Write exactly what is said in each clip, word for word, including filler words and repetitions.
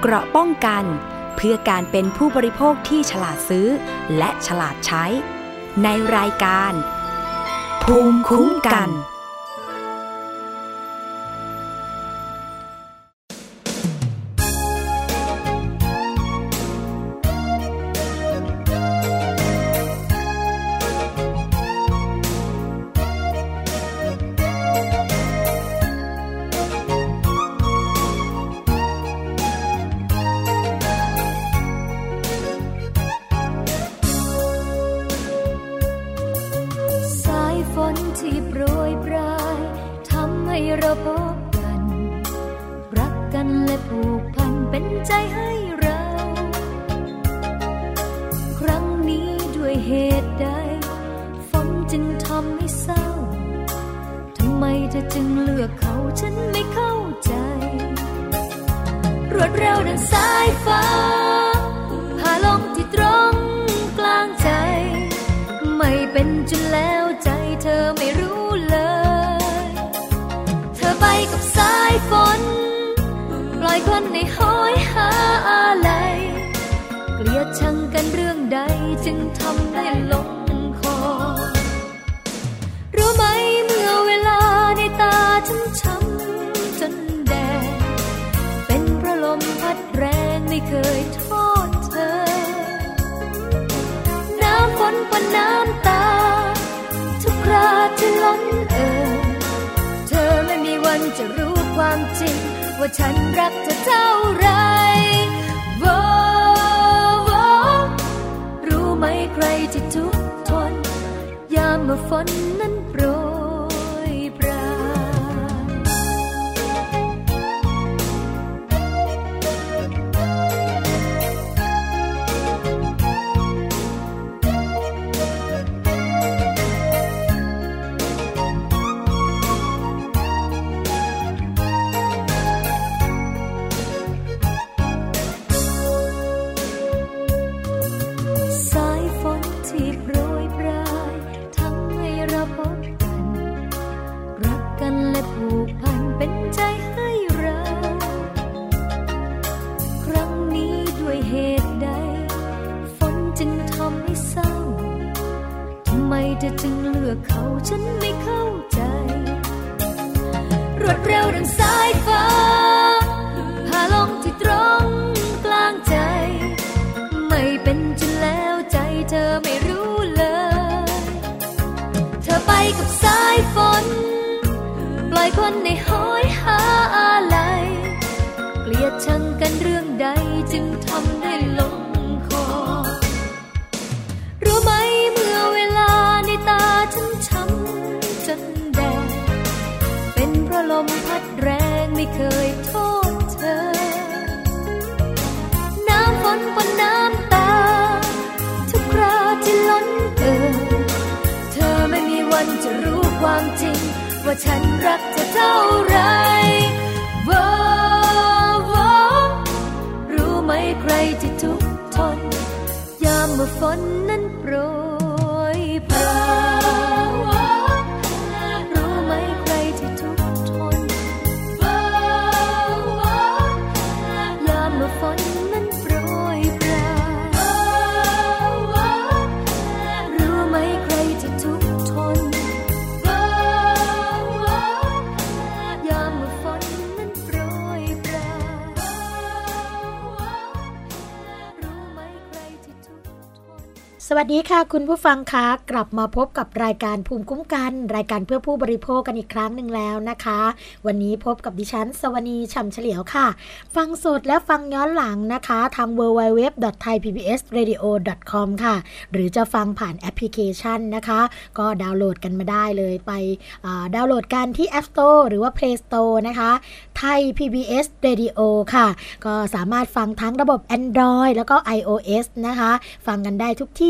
เกราะป้องกันเพื่อการเป็นผู้บริโภคที่ฉลาดซื้อและฉลาดใช้ในรายการภูมิคุ้มกันจะรู้ความจริงว่าฉันรักเธอเท่าไรโว้โว้รู้ไหมใครที่ทุกข์ทนยามเมื่อฝนนั้นโปรยปรจึงเลือกเขาฉันไม่เข้าใจรวดเร็วดังสายฟ้าพาลงที่ตรงกลางใจไม่เป็นจนแล้วใจเธอไม่รู้เลยเธอไปกับสายฝนปล่อยคนในห้อยหาอะไรเกลียดชังกันเรื่องใดจึงทำได้ลงคอรู้ไหมเมื่อเวลาในตาฉันช้ำจนแดงเป็นเพราะลมพัดแรงไม่เคยโทษเธอน้ำฝนปนน้ำตาทุกคราที่ล้นเอ่อเธอไม่มีวันจะรู้ความจริงว่าฉันรักเธอเท่าไรโว้โว้รู้ไหมใครที่ทุกข์ทนยามเมื่อฝนนั้นโปรยปรรู้ไหมใครที่ทุกข์ทนยามเมื่อฝนนั้นโปรยปรรู้ไหมใครที่ทุกข์ทนยามเมื่อฝนนั้นโปรยปรรู้ไหมใครที่ทุกข์ทนสวัสดีค่ะคุณผู้ฟังคะกลับมาพบกับรายการภูมิคุ้มกันรายการเพื่อผู้บริโภคกันอีกครั้งหนึ่งแล้วนะคะวันนี้พบกับดิฉันสวนีฉ่ำเฉลียวค่ะฟังสดและฟังย้อนหลังนะคะทาง ดับเบิลยู ดับเบิลยู ดับเบิลยู ดอท ไทย พี บี เอส เรดิโอ ดอท คอม ค่ะหรือจะฟังผ่านแอปพลิเคชันนะคะก็ดาวน์โหลดกันมาได้เลยไปดาวน์โหลดกันที่ App Store หรือว่า Play Store นะคะไทย พี บี เอส Radio ค่ะก็สามารถฟังทั้งระบบ Android แล้วก็ iOS นะคะฟังกันได้ทุกที่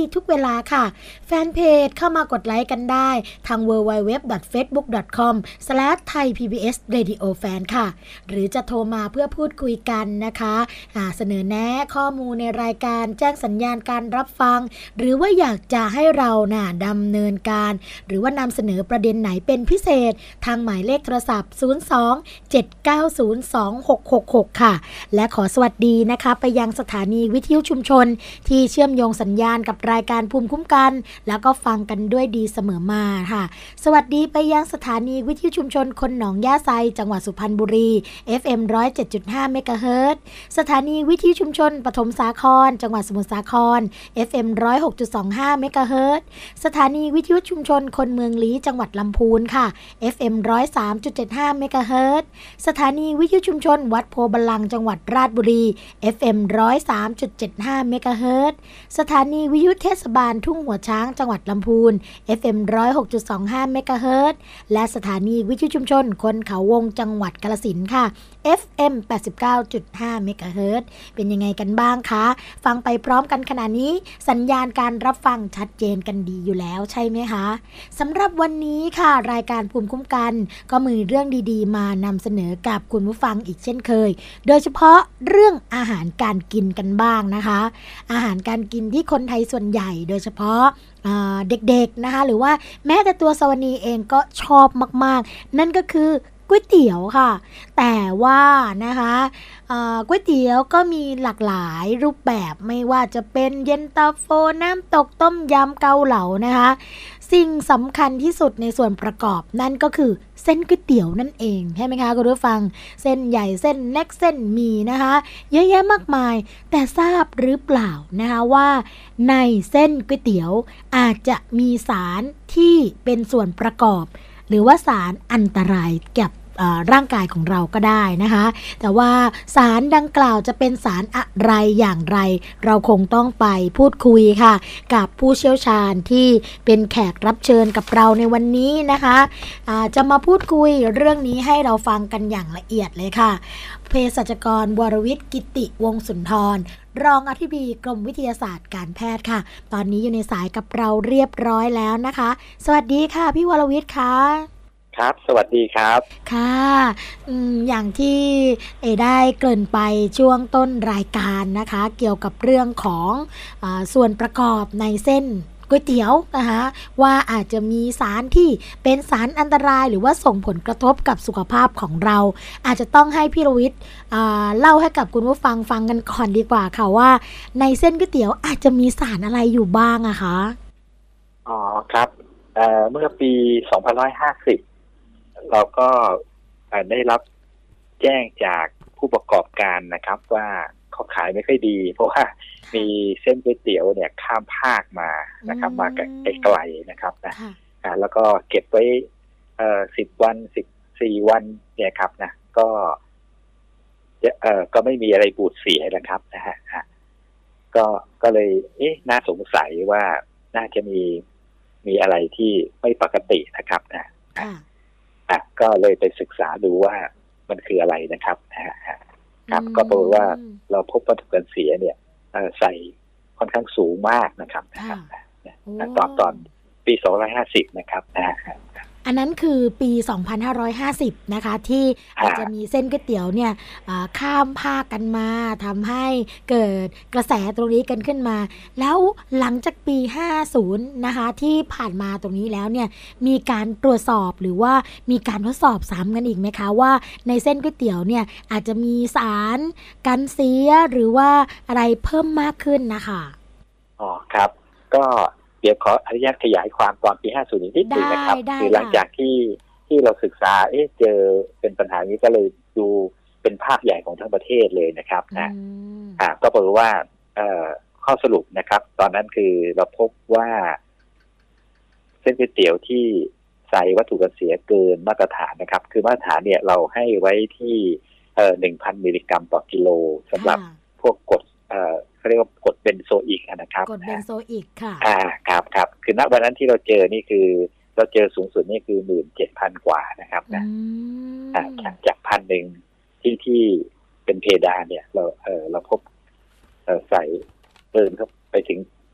ทุกเวลาค่ะแฟนเพจเข้ามากดไลค์กันได้ทาง ดับเบิลยู ดับเบิลยู ดับเบิลยู ดอท เฟซบุ๊ก ดอท คอม สแลช ไทย พี บี เอส เรดิโอ แฟน ค่ะหรือจะโทรมาเพื่อพูดคุยกันนะคะเสนอแนะข้อมูลในรายการแจ้งสัญญาณการรับฟังหรือว่าอยากจะให้เราน่ะดำเนินการหรือว่านำเสนอประเด็นไหนเป็นพิเศษทางหมายเลขโทรศัพท์ศูนย์ สอง เจ็ด เก้า ศูนย์ สอง หก หก หกค่ะและขอสวัสดีนะคะไปยังสถานีวิทยุชุมชนที่เชื่อมโยงสัญญาณกับรายการภูมิคุ้มกันแล้วก็ฟังกันด้วยดีเสมอมาค่ะสวัสดีไปยังสถานีวิทยุชุมชนคนหนองย่าไซจังหวัดสุพรรณบุรี เอฟ เอ็ม หนึ่งศูนย์เจ็ดจุดห้า เมกะเฮิรตซ์สถานีวิทยุชุมชนปฐมสาครจังหวัดสมุทรสาคร เอฟ เอ็ม หนึ่งศูนย์หกจุดสองห้า เมกะเฮิรตซ์สถานีวิทยุชุมชนคนเมืองลี้จังหวัดลำพูนค่ะ เอฟ เอ็ม หนึ่งศูนย์สามจุดเจ็ดห้า เมกะเฮิรตซ์สถานีวิทยุชุมชนวัดโพบลังจังหวัดราชบุรี เอฟ เอ็ม หนึ่งศูนย์สามจุดเจ็ดห้า เมกะเฮิรตซ์สถานีวิทยุเทศบาลทุ่งหัวช้างจังหวัดลำพูน เอฟ เอ็ม หนึ่งศูนย์หกจุดสองห้า เมกะเฮิรตซ์และสถานีวิทยุชุมชนคนเขาวงจังหวัดกาฬสินธุ์ค่ะ เอฟ เอ็ม แปดสิบเก้าจุดห้า เมกะเฮิรตซ์เป็นยังไงกันบ้างคะฟังไปพร้อมกันขณะนี้สัญญาณการรับฟังชัดเจนกันดีอยู่แล้วใช่ไหมคะสำหรับวันนี้ค่ะรายการภูมิคุ้มกันก็มีเรื่องดีๆมานำเสนอกับคุณผู้ฟังอีกเช่นเคยโดยเฉพาะเรื่องอาหารการกินกันบ้างนะคะอาหารการกินที่คนไทยส่วนใหญ่โดยเฉพาะเด็กๆนะคะหรือว่าแม้แต่ตัวสวนีเองก็ชอบมากๆนั่นก็คือก๋วยเตี๋ยวค่ะแต่ว่านะคะก๋วยเตี๋ยวก็มีหลากหลายรูปแบบไม่ว่าจะเป็นเย็นตาโฟน้ำตกต้มยำเกาเหลานะคะสิ่งสำคัญที่สุดในส่วนประกอบนั่นก็คือเส้นก๋วยเตี๋ยวนั่นเองใช่ไหมคะคุณผู้ฟังเส้นใหญ่เส้นเล็กเส้นหมี่นะคะเยอะแยะมากมายแต่ทราบหรือเปล่านะคะว่าในเส้นก๋วยเตี๋ยวอาจจะมีสารที่เป็นส่วนประกอบหรือว่าสารอันตรายกับร่างกายของเราก็ได้นะคะแต่ว่าสารดังกล่าวจะเป็นสารอะไรอย่างไรเราคงต้องไปพูดคุยค่ะกับผู้เชี่ยวชาญที่เป็นแขกรับเชิญกับเราในวันนี้นะคะะจะมาพูดคุยเรื่องนี้ให้เราฟังกันอย่างละเอียดเลยค่ะเภสัชกรวรวิทย์กิติวงศ์สุนทรรองอธิบดีกรมวิทยาศาสตร์การแพทย์ค่ะตอนนี้อยู่ในสายกับเราเรียบร้อยแล้วนะคะสวัสดีค่ะพี่วรวิทย์ค่ะครับสวัสดีครับค่ะอืมอย่างที่เอได้เกริ่นไปช่วงต้นรายการนะคะเกี่ยวกับเรื่องของอ่าส่วนประกอบในเส้นก๋วยเตี๋ยวนะคะว่าอาจจะมีสารที่เป็นสารอันตรายหรือว่าส่งผลกระทบกับสุขภาพของเราอาจจะต้องให้พี่รวิทย์เล่าให้กับคุณผู้ฟังฟังกันก่อนดีกว่าค่ะว่าในเส้นก๋วยเตี๋ยวอาจจะมีสารอะไรอยู่บ้างอะคะอ๋อครับเอ่อเมื่อปีสองพันห้าร้อยห้าสิบเราก็ได้รับแจ้งจากผู้ประกอบการนะครับว่าเขาขายไม่ค่อยดีเพราะว่ามีเส้นก๋วยเตี๋ยวเนี่ยข้ามภาคมานะครับมาไกลๆนะครับนะแล้วก็เก็บไว้เอ่อสิบวันสิบสี่วันเนี่ยครับนะก็เอ่อก็ไม่มีอะไรบูดเสียนะครับนะฮะก็ก็เลยเอ๊ะน่าสงสัยว่าน่าจะมีมีอะไรที่ไม่ปกตินะครับนะก็เลยไปศึกษาดูว่ามันคืออะไรนะครับครับก็แปลว่าเราพบวัตถุกันเสียเนี่ยใส่ค่อนข้างสูงมากนะครับตอนตอนปีสองพันห้าร้อยห้าสิบนะครับอันนั้นคือปีสองพันห้าร้อยห้าสิบนะคะที่อาจจะมีเส้นก๋วยเตี๋ยวเนี่ยข้ามภาคกันมาทำให้เกิดกระแสตรงนี้กันขึ้นมาแล้วหลังจากปีห้าสิบนะคะที่ผ่านมาตรงนี้แล้วเนี่ยมีการตรวจสอบหรือว่ามีการทดสอบซ้ำกันอีกไหมคะว่าในเส้นก๋วยเตี๋ยวเนี่ยอาจจะมีสารกันเสียหรือว่าอะไรเพิ่มมากขึ้นนะคะอ๋อครับก็เดี๋ยวขออนุญาตขยายความตอนปีห้าสิบนิดนึงนะครับคือหลังจากที่ที่เราศึกษาเอ๊ะเจอเป็นปัญหานี้ก็เลยดูเป็นภาพใหญ่ของทั้งประเทศเลยนะครับนะอ่าก็ปรากฏว่าเอ่อข้อสรุปนะครับตอนนั้นคือเราพบว่าเส้นก๋วยเตี๋ยวที่ใส่วัตถุกันเสียเกินมาตรฐานนะครับคือมาตรฐานเนี่ยเราให้ไว้ที่เอ่อ หนึ่งพัน มิลลิกรัมต่อกิโลสำหรับพวกกรดเอ่อเขาเรียกว่ากรดเบนโซอิกนะครับกรดเบนโซอิกค่ะอ่าครับครับคือณวันนั้นที่เราเจอนี่คือเราเจอสูงสุดนี่คือ หนึ่งหมื่นเจ็ดพัน กว่านะครับนะอ่าจากพันหนึ่งที่ที่เป็นเพดานเนี่ยเราเออเราพบเออใส่เติมเข้าไปถึง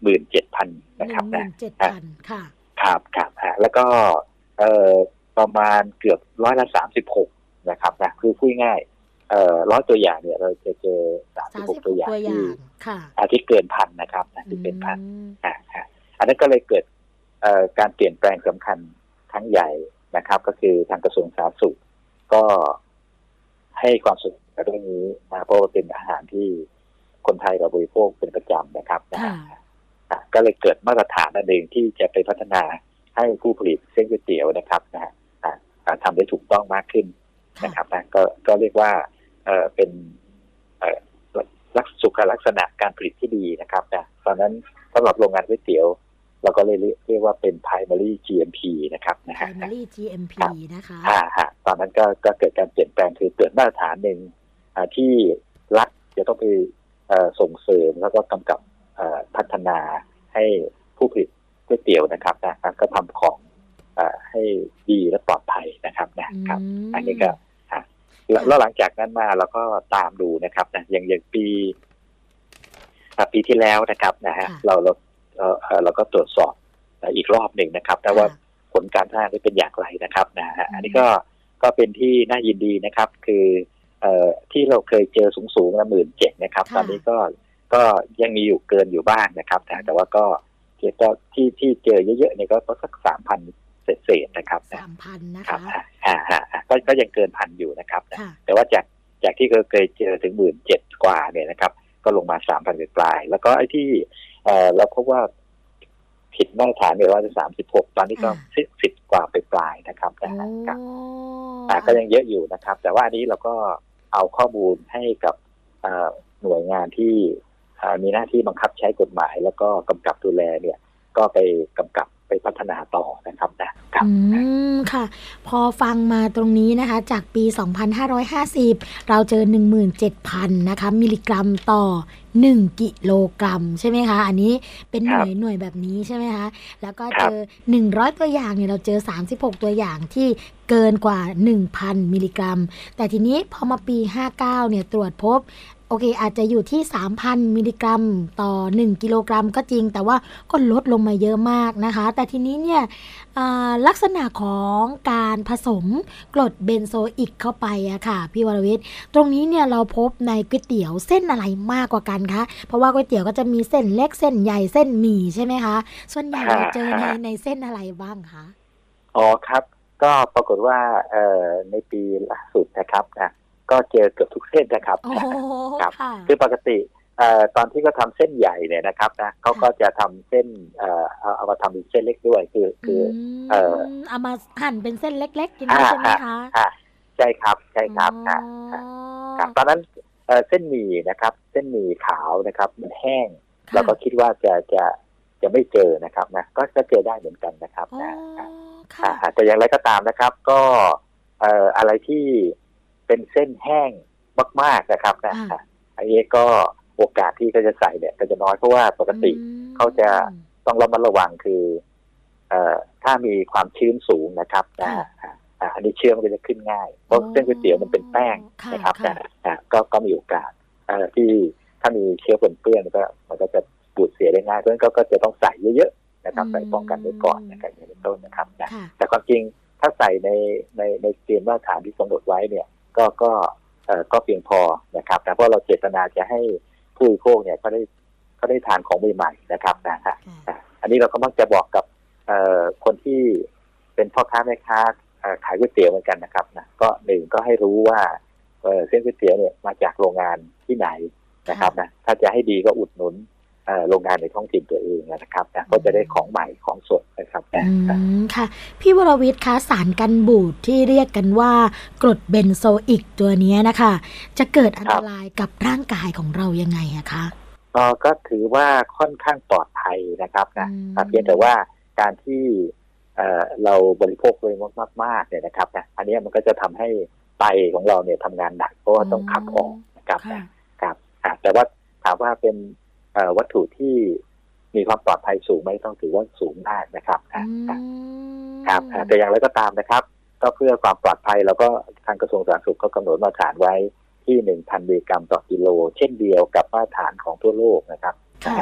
หมื่นเจ็ดพันนะครับนะหนึ่งหมื่นเจ็ดพัน ค่ะครับครับแล้วก็เอ่อประมาณเกือบร้อยละสามสิบหกนะครับนะคือพูดง่ายเอ่อร้อยตัวอย่างเนี่ยเราจะเจอสามสิบหกตัวอย่างที่อาทิตย์เกินพันนะครับนะที่เป็นพันอ่าอันนั้นก็เลยเกิดเอ่อการเปลี่ยนแปลงสำคัญครั้งใหญ่นะครับก็คือทางกระทรวงสาธารณสุขก็ให้ความสนใจเรื่องนี้นะเพราะว่าเป็นอาหารที่คนไทยเราบริโภคเป็นประจำนะครับนะก็เลยเกิดมาตรฐานอันหนึ่งที่จะไปพัฒนาให้ผู้ผลิตเส้นก๋วยเตี๋ยวนะครับนะทำได้ถูกต้องมากขึ้นนะครับนะก็ก็เรียกว่าเอ่อเป็นเอ่อลักษณะสุขลักษณะการผลิตที่ดีนะครับนะตอนนั้นสำหรับโรงงานก๋วยเตี๋ยวเราก็เลยเรียกว่าเป็น primary จี เอ็ม พี นะครับนะฮะ primary จี เอ็ม พี นะคะอ่าฮะตอนนั้นก็ก็เกิดการเปลี่ยนแปลงคือเกิดมาตรฐานหนึ่งอ่าที่รัฐจะต้องไปเอ่อส่งเสริมแล้วก็กำกับเอ่อพัฒนาให้ผู้ผลิตก๋วยเตี๋ยวนะครับนะก็ทำของเอ่อให้ดีและปลอดภัยนะครับนะครับอันนี้ก็แล้วหลังจากนั้นมาเราก็ตามดูนะครับนะอย่างอย่างปีปีที่แล้วนะครับนะฮะเราเราเอ่อเราก็ตรวจสอบอีกรอบหนึ่งนะครับแต่ว่าผลการทำงานเป็นอย่างไรนะครับนะฮะอันนี้ก็ก็เป็นที่น่ายินดีนะครับคือเอ่อที่เราเคยเจอสูงๆละหมื่นเจ็ดนะครับตอนนี้ก็ก็ยังมีอยู่เกินอยู่บ้างนะครับแต่ว่าก็ที่ที่เจอเยอะๆเนี่ยก็สักสามพันเศษๆนะครับสามพันนะคะอ่าฮะก็ก็ยังเกินพันอยู่นะครับแต่ว่าจากจากที่เคยเจอถึงหมื่นเจ็ดกว่าเนี่ยนะครับก็ลงมาสามพันปลายแล้วก็ไอ้ที่เอ่อเราพบว่าผิดมาตรฐานเนี่ยว่าจะสามสิบหกตอนนี้ก็สิบกว่าไปปลายนะครับนะครับอ่าก็ยังเยอะอยู่นะครับแต่ว่าอันนี้เราก็เอาข้อมูลให้กับหน่วยงานที่มีหน้าที่บังคับใช้กฎหมายแล้วก็กำกับดูแลเนี่ยก็ไปกำกับไปพัฒนาต่อนะครับนะครับอืมค่ะพอฟังมาตรงนี้นะคะจากปีสองพันห้าร้อยห้าสิบเราเจอ หนึ่งหมื่นเจ็ดพัน นะคะมิลลิกรัมต่อหนึ่งกิโลกรัมใช่ไหมคะอันนี้เป็นหน่วยหน่วยแบบนี้ใช่ไหมคะแล้วก็เจอหนึ่งร้อยตัวอย่างเนี่ยเราเจอสามสิบหกตัวอย่างที่เกินกว่า หนึ่งพัน มิลลิกรัมแต่ทีนี้พอมาปีห้าสิบเก้าเนี่ยตรวจพบโอเคอาจจะอยู่ที่ สามพัน มิลลิกรัมต่อหนึ่งกิโลกรัมก็จริงแต่ว่าก็ลดลงมาเยอะมากนะคะแต่ทีนี้เนี่ยลักษณะของการผสมกรดเบนโซอิกเข้าไปอะค่ะพี่วรวิทย์ตรงนี้เนี่ยเราพบในก๋วยเตี๋ยวเส้นอะไรมากกว่ากันคะเพราะว่าก๋วยเตี๋ยวก็จะมีเส้นเล็กเส้นใหญ่เส้นหมี่ใช่ไหมคะส่วนใหญ่เราเจอในในเส้นอะไรบ้างคะอ๋อครับก็ปรากฏว่าเอ่อในปีล่าสุดนะครับนะก็เจอเกือบทุกเส้นนะครับครับคือปกติเอ่อตอนที่เขาทำเส้นใหญ่เนี่ยนะครับนะเขาก็จะทำเส้นเอ่อเอามาทำเป็นเส้นเล็กด้วยคือคือเอ่อเอามาหั่นเป็นเส้นเล็กๆอย่างนี้ใช่ไหมคะใช่ครับใช่ครับครับตอนนั้นเอ่อเส้นหมี่นะครับเส้นหมี่ขาวนะครับมันแห้งเราก็คิดว่าจะจะจะไม่เจอนะครับนะก็จะเจอได้เหมือนกันนะครับนะแต่อย่างไรก็ตามนะครับก็เอ่ออะไรที่เป็นเส้นแห้งมากๆนะครับนะอันนี้ก็โอกาสที่เขาจะใส่เนี่ยก็จะน้อยเพราะว่าปกติเขาจะต้องระมัดระวังคือเอ่อถ้ามีความชื้นสูงนะครับนะอันนี้เชื้อมันก็จะขึ้นง่ายเพราะเส้นก๋วยเตี๋ยวมันเป็นแป้งนะครับนะก็ก็มีโอกาสเอ่อที่ถ้ามีเชื้อปนเปื้อนก็มันก็จะบูดเสียได้ง่ายเพราะฉะนั้นก็จะต้องใส่เยอะๆนะครับใส่ป้องกันไว้ก่อนนะครับอย่างต้นนะครับนะแต่ความจริงถ้าใส่ในในในเกณฑ์มาตรฐานที่กำหนดไว้เนี่ยก็ก็เอ่อก็เพียงพอนะครับนะเพราะเราเจตนาจะให้ผู้บริโภคเนี่ยเขาได้เขาได้ทานของใหม่ๆนะครับนะฮะอันนี้เราก็มักจะบอกกับเอ่อคนที่เป็นพ่อค้าแม่ค้าขายก๋วยเตี๋ยวเหมือนกันนะครับนะก็หนึ่งก็ให้รู้ว่าเอ่อเส้นก๋วยเตี๋ยวเนี่ยมาจากโรงงานที่ไหนนะครับนะถ้าจะให้ดีก็อุดหนุนโรงงานในท้องถิ่นตัวเองนะครับนะก็จะได้ของใหม่ของสดนะครับนะค่ะพี่วรวิทย์คะสารกันบูดที่เรียกกันว่ากรดเบนโซอิกตัวนี้นะคะจะเกิดอันตรายกับร่างกายของเรายังไงอะคะอ๋อก็ถือว่าค่อนข้างปลอดภัยนะครับนะเพียงแต่ว่าการที่เราบริโภคเลยมากๆเนี่ยนะครับนะอันนี้มันก็จะทำให้ไตของเราเนี่ยทำงานหนักเพราะว่าต้องขับออกนะครับนะครับแต่ว่าถามว่าเป็นวัตถุที่มีความปลอดภัยสูงไหมต้องถือว่าสูงมากนะครับครับแต่อย่างไรก็ตามนะครับก็เพื่อความปลอดภัยแล้วก็ทางกระทรวงสาธารณสุขก็กำหนดมาตรฐานไว้ที่ หนึ่งพัน มิลลิกรัมต่อกิโลเช่นเดียวกับมาตรฐานของทั่วโลกนะครับ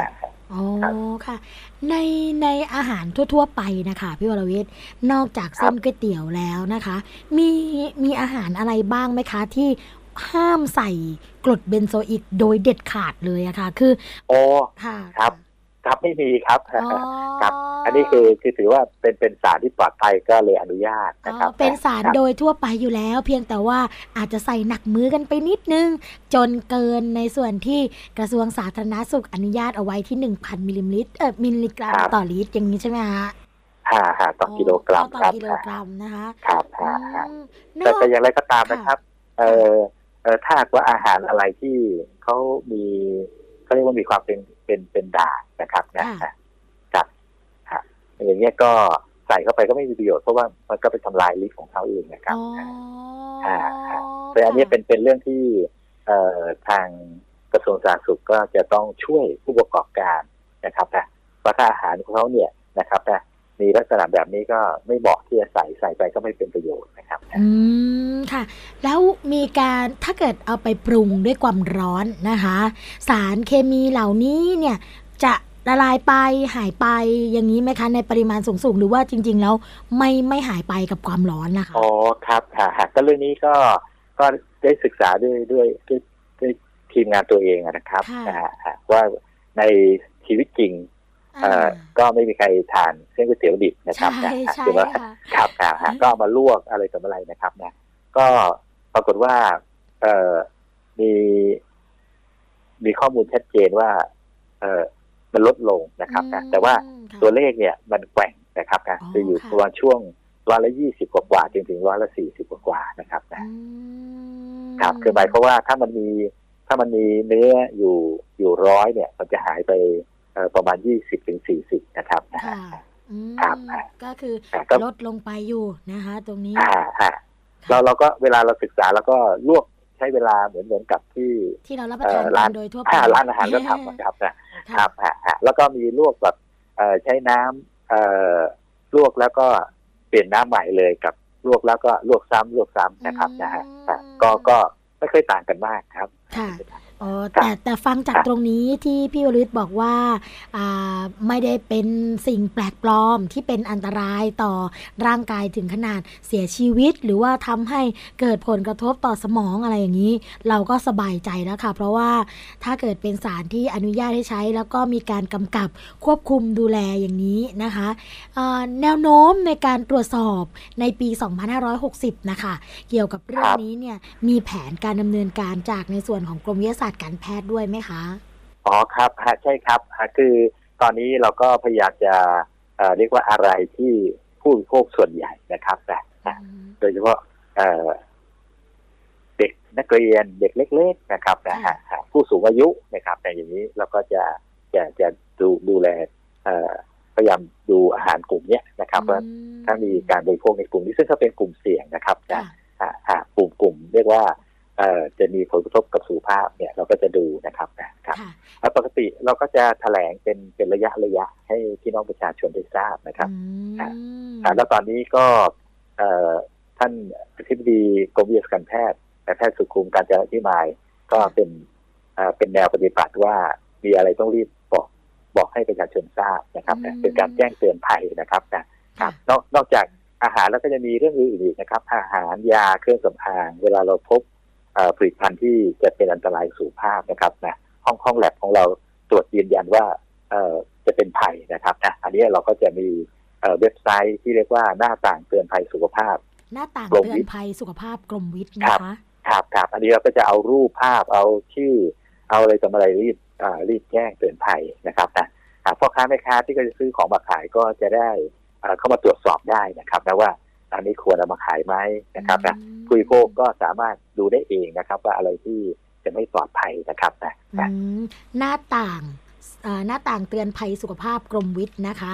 อ๋อค่ะในในอาหารทั่วๆไปนะคะพี่วรวิทย์นอกจากเส้นก๋วยเตี๋ยวแล้วนะคะมีมีอาหารอะไรบ้างไหมคะที่ห้ามใส่กรดเบนโซอิกโดยเด็ดขาดเลยอะค่ะคือโอ้ค่ะครับครับไม่มีครับอ๋อครับอันนี้คือคือถือว่าเป็นเป็นสารที่ปลอดภัยก็เลยอนุญาตอ๋อนะครับเป็นสารครับโดยทั่วไปอยู่แล้วเพียงแต่ว่าอาจจะใส่หนักมือกันไปนิดนึงจนเกินในส่วนที่กระทรวงสาธารณสุขอนุญาตเอาไว้ที่หนึ่งพันมิลลิลิตรเอ่อมิลลิกรัมต่อลิตรอย่างนี้ใช่ไหมคะห้าห้าต่อกิโลกรัมต่อครับกิโลกรัมนะคะครับอืห้าห้ามนแต่อกแต่อย่างไรก็ตามนะค่ะครับเอ่อเอ่อถ้าหากว่าอาหารอะไรที่เขามีเขาเรียกว่ามีความเป็นเป็นเป็นด่างนะครับนะครับครับอย่างเงี้ยก็ใส่เข้าไปก็ไม่มีประโยชน์เพราะว่ามันก็ไปทำลายลิ้นของเขาเองนะครับอ๋ออ่าแต่อันนี้เป็นเป็นเรื่องที่เอ่อทางกระทรวงสาธารณสุขก็จะต้องช่วยผู้ประกอบการนะครับนะเพราะถ้าอาหารของเขาเนี่ยนะครับนะมีลักษณะแบบนี้ก็ไม่เหมาะที่จะใส่ใส่ไปก็ไม่เป็นประโยชน์นะครับอืมค่ะแล้วมีการถ้าเกิดเอาไปปรุงด้วยความร้อนนะคะสารเคมีเหล่านี้เนี่ยจะละลายไปหายไปอย่างนี้ไหมคะในปริมาณสูงๆหรือว่าจริงๆแล้วไม่ไม่หายไปกับความร้อนนะคะอ๋อครับค่ะก็เรื่องนี้ก็ก็ได้ศึกษาด้วยด้วยด้วยด้วยทีมงานตัวเองนะครับว่าในชีวิตจริงเอ่อก็ไม่มีใครทานเส้นก๋วยเตี๋ยวดิบนะครับนะคือว่าครับครับก็มาลวกอะไรต่ออะไรนะครับนะก็ปรากฏว่าเอ่อมีมีข้อมูลชัดเจนว่าเอ่อมันลดลงนะครับนะแต่ว่าตัวเลขเนี่ยมันแกว่งนะครับนะจะอยู่ประมาณช่วงร้อยละยี่สิบกว่าๆจนถึงร้อยละสี่สิบกว่าๆนะครับนะครับคือหมายความว่าถ้ามันมีถ้ามันมีเนื้ออยู่อยู่ร้อยเนี่ยมันจะหายไปประมาณยี่สิบถึงสี่สิบนะครับนะครับก็คือลดลงไปอยู่นะคะตรงนี้เราเราก็เวลาเราศึกษาแล้วก็ลวกใช้เวลาเหมือนเหมือนกับที่ที่เรารับประทานกันโดยทั่วไปร้านอาหารก็ทำนะครับนะครับแล้วก็มีลวกแบบใช้น้ำลวกแล้วก็เปลี่ยนน้ำใหม่เลยกับลวกแล้วก็ลวกซ้ำลวกซ้ำนะครับนะฮะก็ก็ไม่ค่อยต่างกันมากครับค่ะอ๋อแต่แต่ฟังจากตรงนี้ที่พี่วรวิทย์บอกว่าอ่าไม่ได้เป็นสิ่งแปลกปลอมที่เป็นอันตรายต่อร่างกายถึงขนาดเสียชีวิตหรือว่าทำให้เกิดผลกระทบต่อสมองอะไรอย่างนี้เราก็สบายใจแล้วค่ะเพราะว่าถ้าเกิดเป็นสารที่อนุญาตให้ใช้แล้วก็มีการกำกับควบคุมดูแลอย่างนี้นะคะแนวโน้มในการตรวจสอบในปีสองพันห้าร้อยหกสิบนะคะเกี่ยวกับเรื่องนี้เนี่ยมีแผนการดำเนินการจากในส่วนของกรมวิทยาศาสตร์การแพทย์ด้วยไหมคะอ๋อครับใช่ครับคือตอนนี้เราก็พยายามจะเอ่อเรียกว่าอะไรที่ผู้บริโภคส่วนใหญ่นะครับนะโดยเฉพาะเอ่อเด็กนักเรียนเด็กเล็กๆนะครับนะฮะผู้สูงอายุนะครับแต่อย่างนี้เราก็จะจะจะดูดูแลเอ่อพยายามดูอาหารกลุ่มนี้นะครับว่าถ้ามีการบริโภคในกลุ่มนี้ซึ่งถ้าเป็นกลุ่มเสี่ยงนะครับนะฮะกลุ่มกลุ่มเรียกว่าเอ่อจะมีผลกระทบกับสุขภาพเนี่ยเราก็จะดูนะครับนะครับแล้วปกติเราก็จะแถลงเป็นเป็นระยะระยะให้พี่น้องประชาชนได้ทราบนะครับแล้วตอนนี้ก็เอ่อท่านอธิบดีกรมวิทยาศาสตร์การแพทย์นายแพทย์สุขุมกาญจนพิมายก็เป็นเอ่อเป็นแนวปฏิบัติว่ามีอะไรต้องรีบบอกบอกให้ประชาชนทราบนะครับเป็นการแจ้งเตือนภัยนะครับนะครับนอกนอกจากอาหารแล้วก็จะมีเรื่องอื่นอีกนะครับอาหารยาเครื่องสำอางเวลาเราพบผลิตภัณฑ์ที่จะเป็นอันตรายสุขภาพนะครับนะห้องห้องแลบของเราตรวจยืนยันว่าจะเป็นภัยนะครับนะอันนี้เราก็จะมีเว็บไซต์ที่เรียกว่าหน้าต่างเตือนภัยสุขภาพหน้าต่างเตือนภัยสุขภาพกรมวิทย์นะคะครับครับอันนี้เราก็จะเอารูปภาพเอาชื่อเอาอะไรต่ออะไรรีบรีบแจ้งเตือนภัยนะครับนะพ่อค้าแม่ค้าที่ก็จะซื้อของมาขายก็จะได้เข้ามาตรวจสอบได้นะครับนะว่าอันนี้ควรเอามาขายไหมนะครับนะผู้บริโภคก็สามารถดูได้เองนะครับว่าอะไรที่จะไม่ปลอดภัยนะครับนะหน้าต่างหน้าต่างเตือนภัยสุขภาพกรมวิทย์นะคะ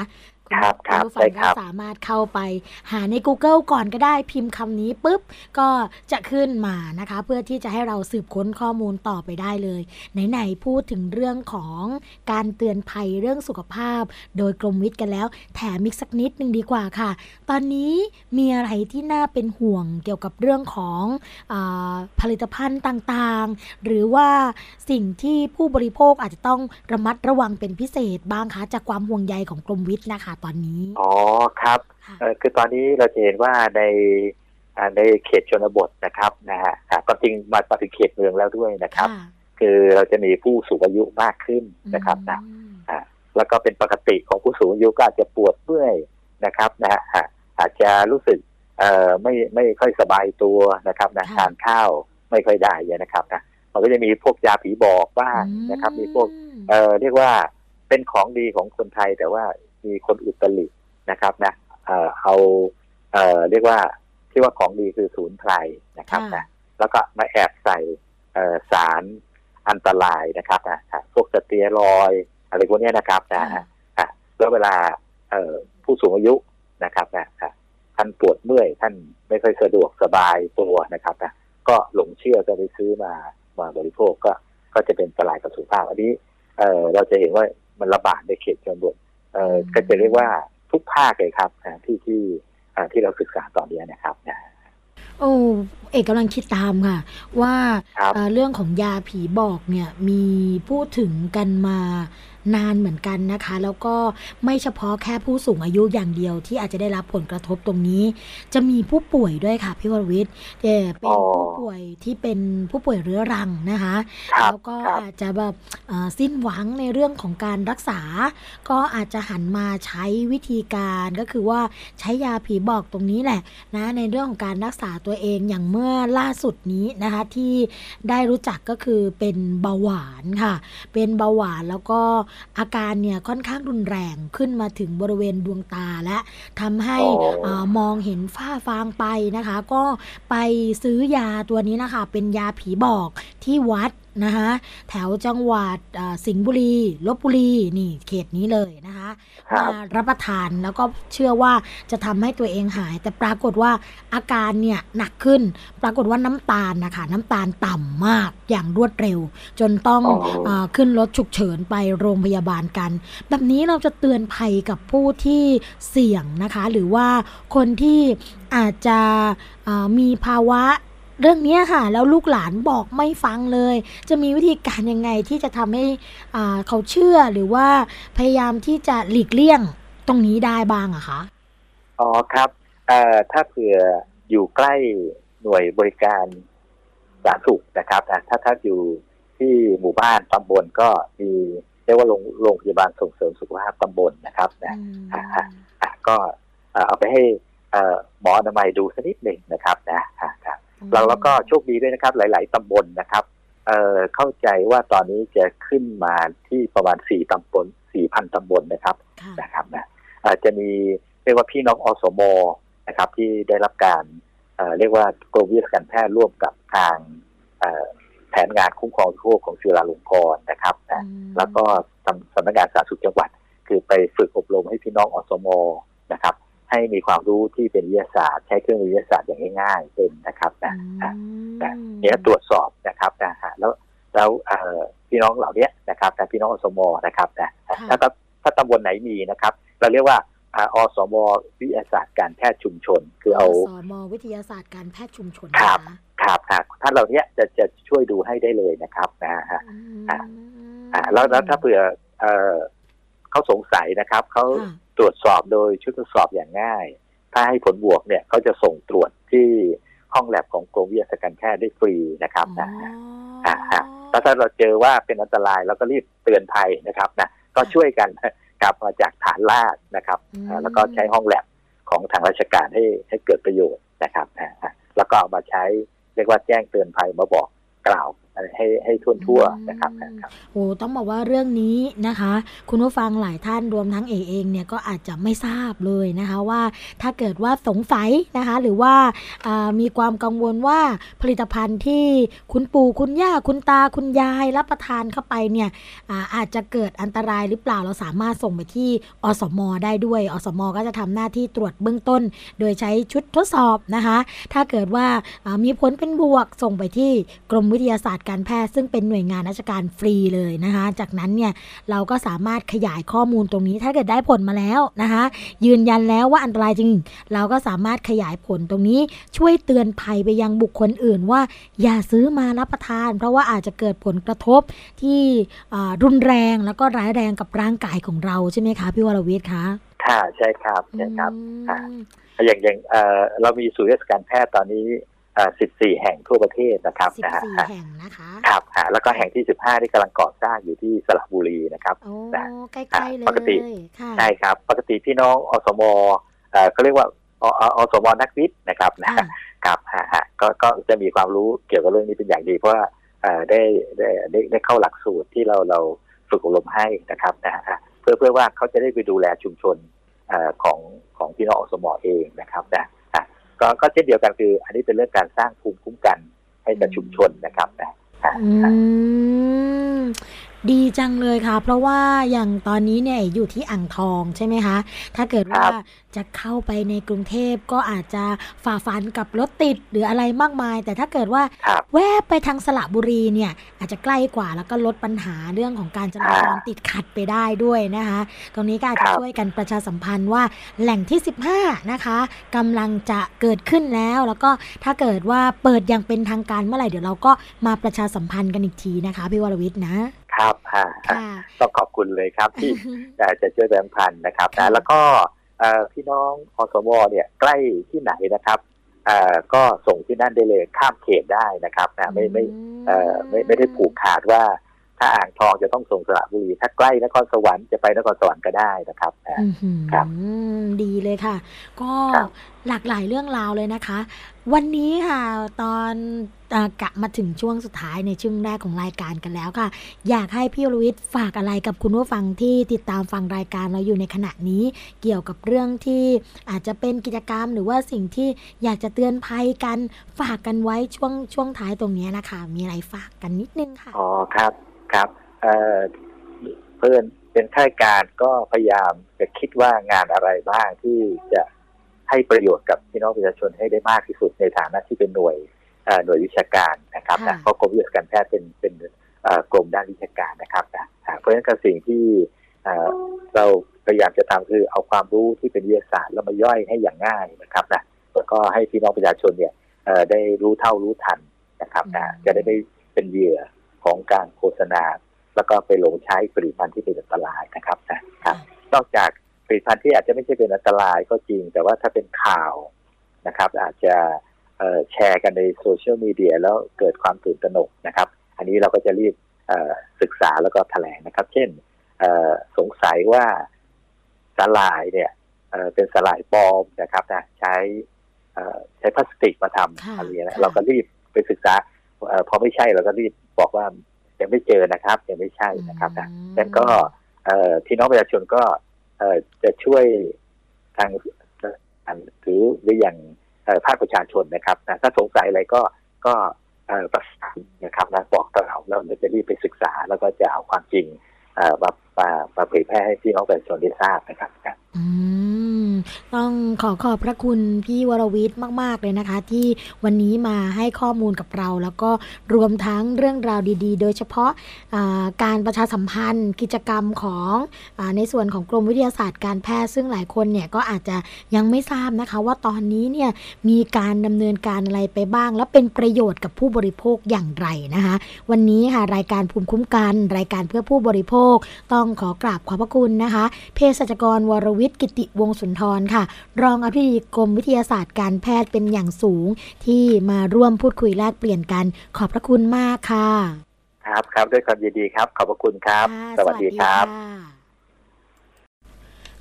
คุณผู้ฟังก็สามารถเข้าไปหาใน Google ก่อนก็ได้พิมพ์คำนี้ปุ๊บก็จะขึ้นมานะคะเพื่อที่จะให้เราสืบค้นข้อมูลต่อไปได้เลยไหนๆพูดถึงเรื่องของการเตือนภัยเรื่องสุขภาพโดยกรมวิทย์กันแล้วแถมอีกสักนิดนึงดีกว่าค่ะตอนนี้มีอะไรที่น่าเป็นห่วงเกี่ยวกับเรื่องของอ่าผลิตภัณฑ์ต่างๆหรือว่าสิ่งที่ผู้บริโภคอาจจะต้องระมัดระวังเป็นพิเศษบ้างคะจากความห่วงใยของกรมวิทย์นะคะตอนนี้อ๋อครับเอ่อคือตอนนี้เราจะเห็นว่าในในเขตชนบทนะครับนะฮะก็จริงมาถึงเขตเมืองแล้วด้วยนะครับคือเราจะมีผู้สูงอายุมากขึ้นนะครับนะแล้วก็เป็นปกติของผู้สูงอายุก็อาจจะปวดเมื่อยนะครับนะฮะอาจจะรู้สึกเอ่อไม่ไม่ค่อยสบายตัวนะครับนะทานข้าวไม่ค่อยได้นะครับนะมันก็จะมีพวกยาผีบอกบ้างนะครับมีพวกเอ่อเรียกว่าเป็นของดีของคนไทยแต่ว่ามีคนอุตรินะครับนะเอ่อเอาเอ่อเรียกว่าที่ว่าของดีคือศูนย์ไพรนะครับนะแล้วก็มาแอบใส่เอ่อสารอันตรายนะครับนะพวกสเตียรอยด์อะไรพวกนี้นะครับนะฮะแล้วเวลาเอ่อผู้สูงอายุนะครับนะท่านปวดเมื่อยท่านไม่ค่อยสะดวกสบายตัวนะครับนะก็หลงเชื่อก็ไปซื้อมามาบริโภคก็ก็จะเป็นอันตรายกับสุขภาพอันนี้เอ่อเราจะเห็นว่ามันระบาดในเขตชนบทเอ่อก็จะเรียกว่าทุกภาคเลยครับที่ที่ที่เราศึกษาตอนนี้นะครับนะโอ้เอกกำลังคิดตามค่ะว่าเรื่องของยาผีบอกเนี่ยมีพูดถึงกันมานานเหมือนกันนะคะแล้วก็ไม่เฉพาะแค่ผู้สูงอายุอย่างเดียวที่อาจจะได้รับผลกระทบตรงนี้จะมีผู้ป่วยด้วยค่ะพี่วรวิทย์เป็นผู้ป่วยที่เป็นผู้ป่วยเรื้อรังนะคะแล้วก็อาจจะแบบสิ้นหวังในเรื่องของการรักษาก็อาจจะหันมาใช้วิธีการก็คือว่าใช้ยาผีบอกตรงนี้แหละนะในเรื่องของการรักษาตัวเองอย่างเมื่อล่าสุดนี้นะคะที่ได้รู้จักก็คือเป็นเบาหวานค่ะเป็นเบาหวานแล้วก็อาการเนี่ยค่อนข้างรุนแรงขึ้นมาถึงบริเวณดวงตาและทำให้อ่ามองเห็นฝ้าฟางไปนะคะก็ไปซื้อยาตัวนี้นะคะเป็นยาผีบอกที่วัดนะคะแถวจังหวัดสิงห์บุรีลพบุรีนี่เขตนี้เลยนะคะมารับประทานแล้วก็เชื่อว่าจะทำให้ตัวเองหายแต่ปรากฏว่าอาการเนี่ยหนักขึ้นปรากฏว่าน้ำตาลนะคะน้ำตาลต่ำมากอย่างรวดเร็วจนต้องเอ่อขึ้นรถฉุกเฉินไปโรงพยาบาลกันแบบนี้เราจะเตือนภัยกับผู้ที่เสี่ยงนะคะหรือว่าคนที่อาจจะมีภาวะเรื่องนี้ค่ะแล้วลูกหลานบอกไม่ฟังเลยจะมีวิธีการยังไงที่จะทำให้อ่าเขาเชื่อหรือว่าพยายามที่จะหลีกเลี่ยงตรงนี้ได้บ้างอะคะอ๋อครับเอ่อถ้าเผื่ออยู่ใกล้หน่วยบริการสาธารณสุขนะครับนะถ้าถ้าอยู่ที่หมู่บ้านตำบลก็มีเรียกว่าโรงโรงพยาบาลส่งเสริมสุขภาพตำบลนะครับนะอ่าอ่าก็เอาไปให้หมออนามัยดูสักนิดหนึ่งนะครับนะครับเราแล้วก็โชคดีด้วยนะครับหลายๆตำบลนะครับเอ่อเข้าใจว่าตอนนี้จะขึ้นมาที่ประมาณสี่ตำบล สี่พัน ตำบลนะครับนะครับนะอาจจะมีเรียกว่าพี่น้องอสมนะครับที่ได้รับการเอ่อเรียกว่ากรมวิทยาการแพทย์ร่วมกับทางเอ่อแผนงานคุ้มครองผู้บริโภคของจุฬาลงกรณ์นะครับนะแล้วก็สำนักงานสาธารณสุขจังหวัดคือไปฝึกอบรมให้พี่น้องอสมนะครับให้มีความรู้ที่เป็นวิทยาศาสตร์ใช้เครื่องมือวิทยาศาสตร์อย่างง่ายๆเป็นนะครับนะนะเนี่ยตรวจสอบนะครับนะฮะแล้วแล้วพี่น้องเหล่านี้นะครับนะพี่น้องอสมนะครับนะถ้าถ้าตำบลไหนมีนะครับเราเรียกว่าอสมวิทยาศาสตร์การแพทย์ชุมชนคือเอาอสมวิทยาศาสตร์การแพทย์ชุมชนครับครับครับท่านเหล่านี้จะจะช่วยดูให้ได้เลยนะครับนะฮะอ่าแล้วแล้วถ้าเผื่อเขาสงสัยนะครับเขาตรวจสอบโดยชุดทดสอบอย่างง่ายถ้าให้ผลบวกเนี่ยเขาจะส่งตรวจที่ห้องแลบของกรมวิทยาศาสตร์การแพทย์ได้ฟรีนะครับนะฮะแล้วถ้าเราเจอว่าเป็นอันตรายเราก็รีบเตือนภัยนะครับนะก็ช่วยกันกลับมาจากฐานรากนะครับแล้วก็ใช้ห้องแลบของทางราชการให้ให้เกิดประโยชน์นะครับนะแล้วก็เอามาใช้เรียกว่าแจ้งเตือนภัยมาบอกกล่าวให้ให้ทั่วๆนะครับนะครับโอ้ต้องบอกว่าเรื่องนี้นะคะคุณผู้ฟังหลายท่านรวมทั้งเอเองเนี่ยก็อาจจะไม่ทราบเลยนะคะว่าถ้าเกิดว่าสงสัยนะคะหรือว่ามีความกังวลว่าผลิตภัณฑ์ที่คุณปู่คุณย่าคุณตาคุณยายรับประทานเข้าไปเนี่ยอาอาจจะเกิดอันตรายหรือเปล่าเราสามารถส่งไปที่อสม.ได้ด้วยอสม.ก็จะทำหน้าที่ตรวจเบื้องต้นโดยใช้ชุดทดสอบนะคะถ้าเกิดว่ามีผลเป็นบวกส่งไปที่กรมวิทยาศาสตร์การแพทย์ซึ่งเป็นหน่วยงานราชการฟรีเลยนะคะจากนั้นเนี่ยเราก็สามารถขยายข้อมูลตรงนี้ถ้าเกิดได้ผลมาแล้วนะคะยืนยันแล้วว่าอันตรายจริงเราก็สามารถขยายผลตรงนี้ช่วยเตือนภัยไปยังบุคคลอื่นว่าอย่าซื้อมารับประทานเพราะว่าอาจจะเกิดผลกระทบที่รุนแรงแล้วก็ร้ายแรงกับร่างกายของเราใช่ไหมคะพี่วรวิทย์คะค่ะใช่ครับใช่ครับค่ะอย่างอย่างเรามีศูนย์ราชการแพทย์ตอนนี้สิบสี่แห่งทั่วประเทศนะครับสิบสี่แห่งนะคะครับแล้วก็แห่งที่สิบห้าที่กำลังก่อสร้างอยู่ที่สระบุรีนะครับโอ้ใกล้ๆเลยปกติใช่ครับปกติพี่น้องอสมเขาเรียกว่าอสมนักวิทย์นะครับนะครับก็ก็จะมีความรู้เกี่ยวกับเรื่องนี้เป็นอย่างดีเพราะว่าได้ได้ได้ได้เข้าหลักสูตรที่เราเราฝึกอบรมให้นะครับนะฮะเพื่อเพื่อว่าเขาจะได้ไปดูแลชุมชนของของพี่น้องอสมเองนะครับนะก็ก็เช่นเดียวกันคืออันนี้เป็นเรื่องการสร้างภูมิคุ้มกันให้กับชุมชนนะครับนะดีจังเลยค่ะเพราะว่าอย่างตอนนี้เนี่ยอยู่ที่อ่างทองใช่ไหมคะถ้าเกิดว่าจะเข้าไปในกรุงเทพก็อาจจะฝ่าฟันกับรถติดหรืออะไรมากมายแต่ถ้าเกิดว่าแวะไปทางสระบุรีเนี่ยอาจจะใกล้กว่าแล้วก็ลดปัญหาเรื่องของการจราจรติดขัดไปได้ด้วยนะคะตรงนี้ก็อาจจะช่วยกันประชาสัมพันธ์ว่าแหล่งที่สิบห้านะคะกำลังจะเกิดขึ้นแล้วแล้วก็ถ้าเกิดว่าเปิดอย่างเป็นทางการเมื่อไหร่เดี๋ยวเราก็มาประชาสัมพันธ์กันอีกทีนะคะพี่วรวิทย์นะครับต้องขอบคุณเลยครับที่จะช่วยแบ่งปันนะครับนะแล้วก็พี่น้องอสมเนี่ยใกล้ที่ไหนนะครับก็ส่งที่นั่นได้เลยข้ามเขตได้นะครับนะไม่ไม่ไม่ไม่ได้ผูกขาดว่าถ้าอ่างทองจะต้องส่งสระบุรีถ้าใกล้นครสวรรค์จะไปนครสวรรค์ก็ได้นะครับครับดีเลยค่ะก็หลากหลายเรื่องราวเลยนะคะวันนี้ค่ะตอนกะมาถึงช่วงสุดท้ายในช่วงแรกของรายการกันแล้วค่ะอยากให้พี่วรวิทย์ฝากอะไรกับคุณผู้ฟังที่ติดตามฟังรายการเราอยู่ในขณะนี้เกี่ยวกับเรื่องที่อาจจะเป็นกิจกรรมหรือว่าสิ่งที่อยากจะเตือนภัยกันฝากกันไว้ช่วงช่วงท้ายตรงนี้นะคะมีอะไรฝากกันนิดนึงค่ะอ๋อครับครับเอ่อเพื่อนเป็นข้าราชการก็พยายามจะคิดว่างานอะไรบ้างที่จะให้ประโยชน์กับพี่น้องประชาชนให้ได้มากที่สุดในฐานะที่เป็นหน่วยหน่วยวิชาการนะครับนะเพราะกรมวิชาการแพทย์เป็นเป็นกรมด้านวิชาการนะครับนะเพราะฉะนั้นก็สิ่งที่เราพยายามจะทำคือเอาความรู้ที่เป็นวิทยาศาสตร์แล้วมาย่อยให้อย่างง่ายนะครับนะแล้วก็ให้พี่น้องประชาชนเนี่ยได้รู้เท่ารู้ทันนะครับนะจะได้ไม่เป็นเหยื่อของการโฆษณาแล้วก็ไปหลงใช้ผลิตภัณฑ์ที่เป็นอันตรายนะครับนะครับนอกจากผลิตภัณฑ์ที่อาจจะไม่ใช่เป็นอันตรายก็จริงแต่ว่าถ้าเป็นข่าวนะครับอาจจะแชร์กันในโซเชียลมีเดียแล้วเกิดความตื่นตระหนกนะครับอันนี้เราก็จะรีบศึกษาแล้วก็แถลงนะครับเช่นสงสัยว่าสาหร่ายเนี่ยเป็นสาหร่ายปลอมนะครับนะใช้ใช้พลาสติกมาทำอะไรนะเราก็รีบไปศึกษาพอไม่ใช่เราก็รีบบอกว่ายังไม่เจอนะครับยังไม่ใช่นะครับนะแล้วก็พี่น้องประชาชนก็จะช่วยทางหรือหรืออย่างภาคประชาชนนะครับนะถ้าสงสัยอะไรก็ก็ประสานนะครับนะบอกเราแล้วเราจะรีบไปศึกษาแล้วก็จะเอาความจริงมามามาเผยแพร่ให้พี่น้องประชาชนได้ทราบนะครับอืมต้องขอขอบพระคุณพี่วรวิทย์มากๆเลยนะคะที่วันนี้มาให้ข้อมูลกับเราแล้วก็รวมทั้งเรื่องราวดีๆโดยเฉพาะการประชาสัมพันธ์กิจกรรมของในส่วนของกรมวิทยาศาสตร์การแพทย์ซึ่งหลายคนเนี่ยก็อาจจะยังไม่ทราบนะคะว่าตอนนี้เนี่ยมีการดำเนินการอะไรไปบ้างและเป็นประโยชน์กับผู้บริโภคอย่างไรนะคะวันนี้ค่ะรายการภูมิคุ้มกันรายการเพื่อผู้บริโภคต้องขอกราบขอบพระคุณนะคะเภสัชกรวรวิทย์กิติวงศ์สุนทรค่ะรองอธิบดีกรมวิทยาศาสตร์การแพทย์เป็นอย่างสูงที่มาร่วมพูดคุยแลกเปลี่ยนกันขอบพระคุณมากค่ะครับครับด้วยความยินดีครับขอบพระคุณครับสวัสดีครับ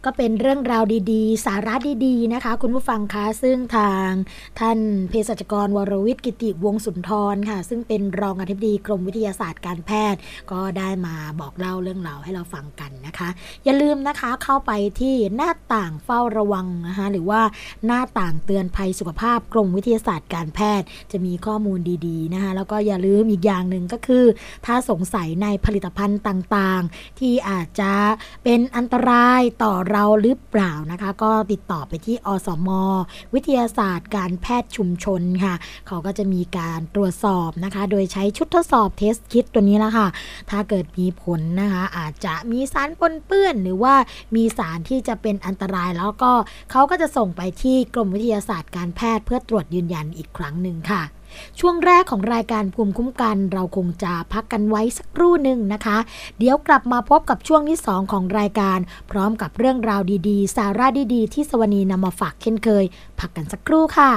ก็เป็นเรื่องราวดีๆสาระดีๆนะคะคุณผู้ฟังคะซึ่งทางท่านเภสัชกรวรวิทย์กิติวงศ์สุนทรค่ะซึ่งเป็นรองอธิบดีกรมวิทยาศาสตร์การแพทย์ก็ได้มาบอกเล่าเรื่องราวให้เราฟังกันนะคะอย่าลืมนะคะเข้าไปที่หน้าต่างเฝ้าระวังนะคะหรือว่าหน้าต่างเตือนภัยสุขภาพกรมวิทยาศาสตร์การแพทย์จะมีข้อมูลดีๆนะคะแล้วก็อย่าลืมอีกอย่างหนึ่งก็คือถ้าสงสัยในผลิตภัณฑ์ต่างๆที่อาจจะเป็นอันตรายต่อเราหรือเปล่านะคะก็ติดต่อไปที่อสม.วิทยาศาสตร์การแพทย์ชุมชนค่ะเขาก็จะมีการตรวจสอบนะคะโดยใช้ชุดทดสอบเทสคิทตัวนี้ละค่ะถ้าเกิดมีผลนะคะอาจจะมีสารปนเปื้อนหรือว่ามีสารที่จะเป็นอันตรายแล้วก็เขาก็จะส่งไปที่กรมวิทยาศาสตร์การแพทย์เพื่อตรวจยืนยันอีกครั้งหนึ่งค่ะช่วงแรกของรายการภูมิคุ้มกันเราคงจะพักกันไว้สักครู่หนึ่งนะคะเดี๋ยวกลับมาพบกับช่วงที่สองของรายการพร้อมกับเรื่องราวดีๆสาระดีๆที่สวนีนำมาฝากเช่นเคยพักกันสักครู่ค่ะ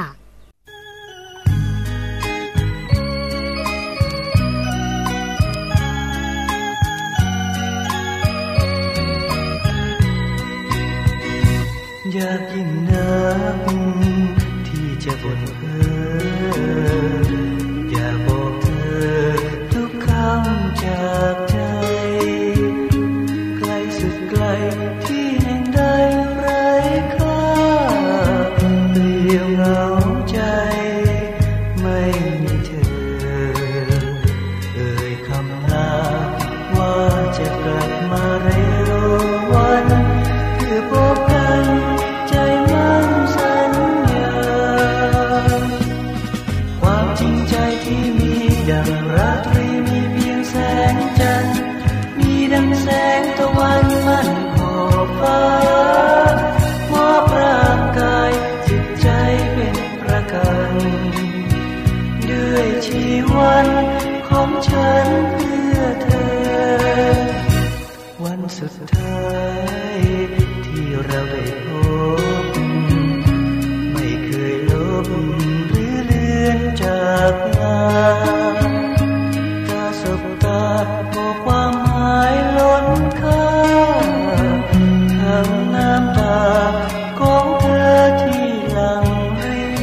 อยากยิ่งนักที่จะบ่นเพ้ออยากบอกเธอทุกคำจากใจไกลสุดไกลที่แห่งใดไร้ค่าเปลี่ยวเหงาใจไม่มีเธอเอ่ยคำลาว่าจะกลับมาเร็ววันเพื่อพบกันใจมั่นสัญญาความจริงใจที่มีดังราตรีมีเพียงแสงจันทร์มีดังแสงตะวันมั่นขอบฟ้ามอบร่างกายจิตใจเป็นประกันด้วยชีวันของฉันเพื่อเธอวันสุดท้ายที่เราได้พบไม่เคยลบหรือเลือนจากลาตาสบตาพบความหมายล้นค่าทั้งน้ำตาของเธอที่หลั่งริน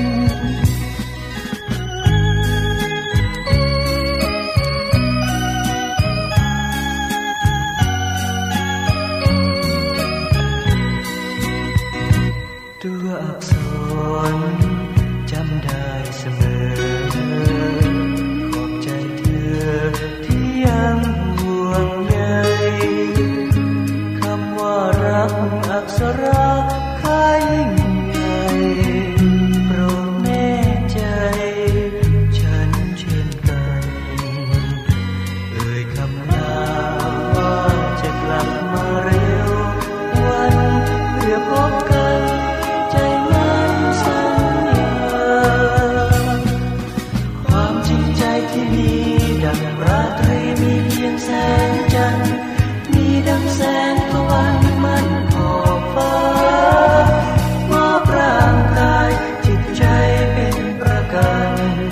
ตัวอักษรจำได้เสมอขอบใจเธอที่ยังห่วงใยคำว่ารักอักษราค่ายิ่งใหญ่โปรดแน่ใจฉันเช่นกันเอ่ยคำลาว่าจะกลับมาเร็ววันเพื่อพบกันใจมั่นสัญญาความจริงใจที่มีดังราตรีมีเพียงแสงจันทร์มีดังแสงตะวันมั่นขอบฟ้ามอบร่างกายจิตใจเป็นประกัน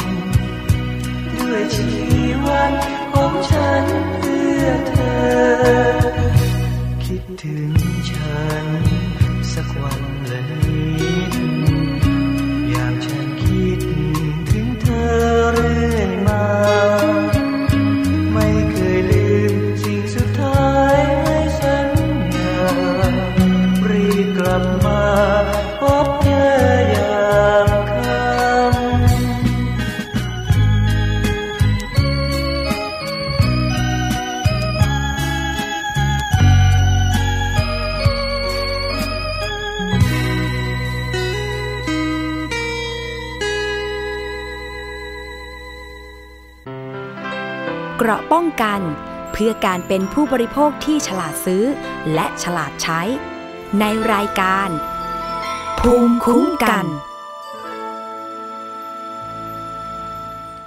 ด้วยชีวันของฉันเพื่อเธอคิดถึงฉันสักวันละนิดอย่างฉันคิดถึงเธอเรื่อยมาไม่เคยลืมสิ่งสุดท้ายให้สัญญารีบกลับมาพบเธออย่างคำเกราะป้องกันเพื่อการเป็นผู้บริโภคที่ฉลาดซื้อและฉลาดใช้ในรายการภูมิคุ้มกัน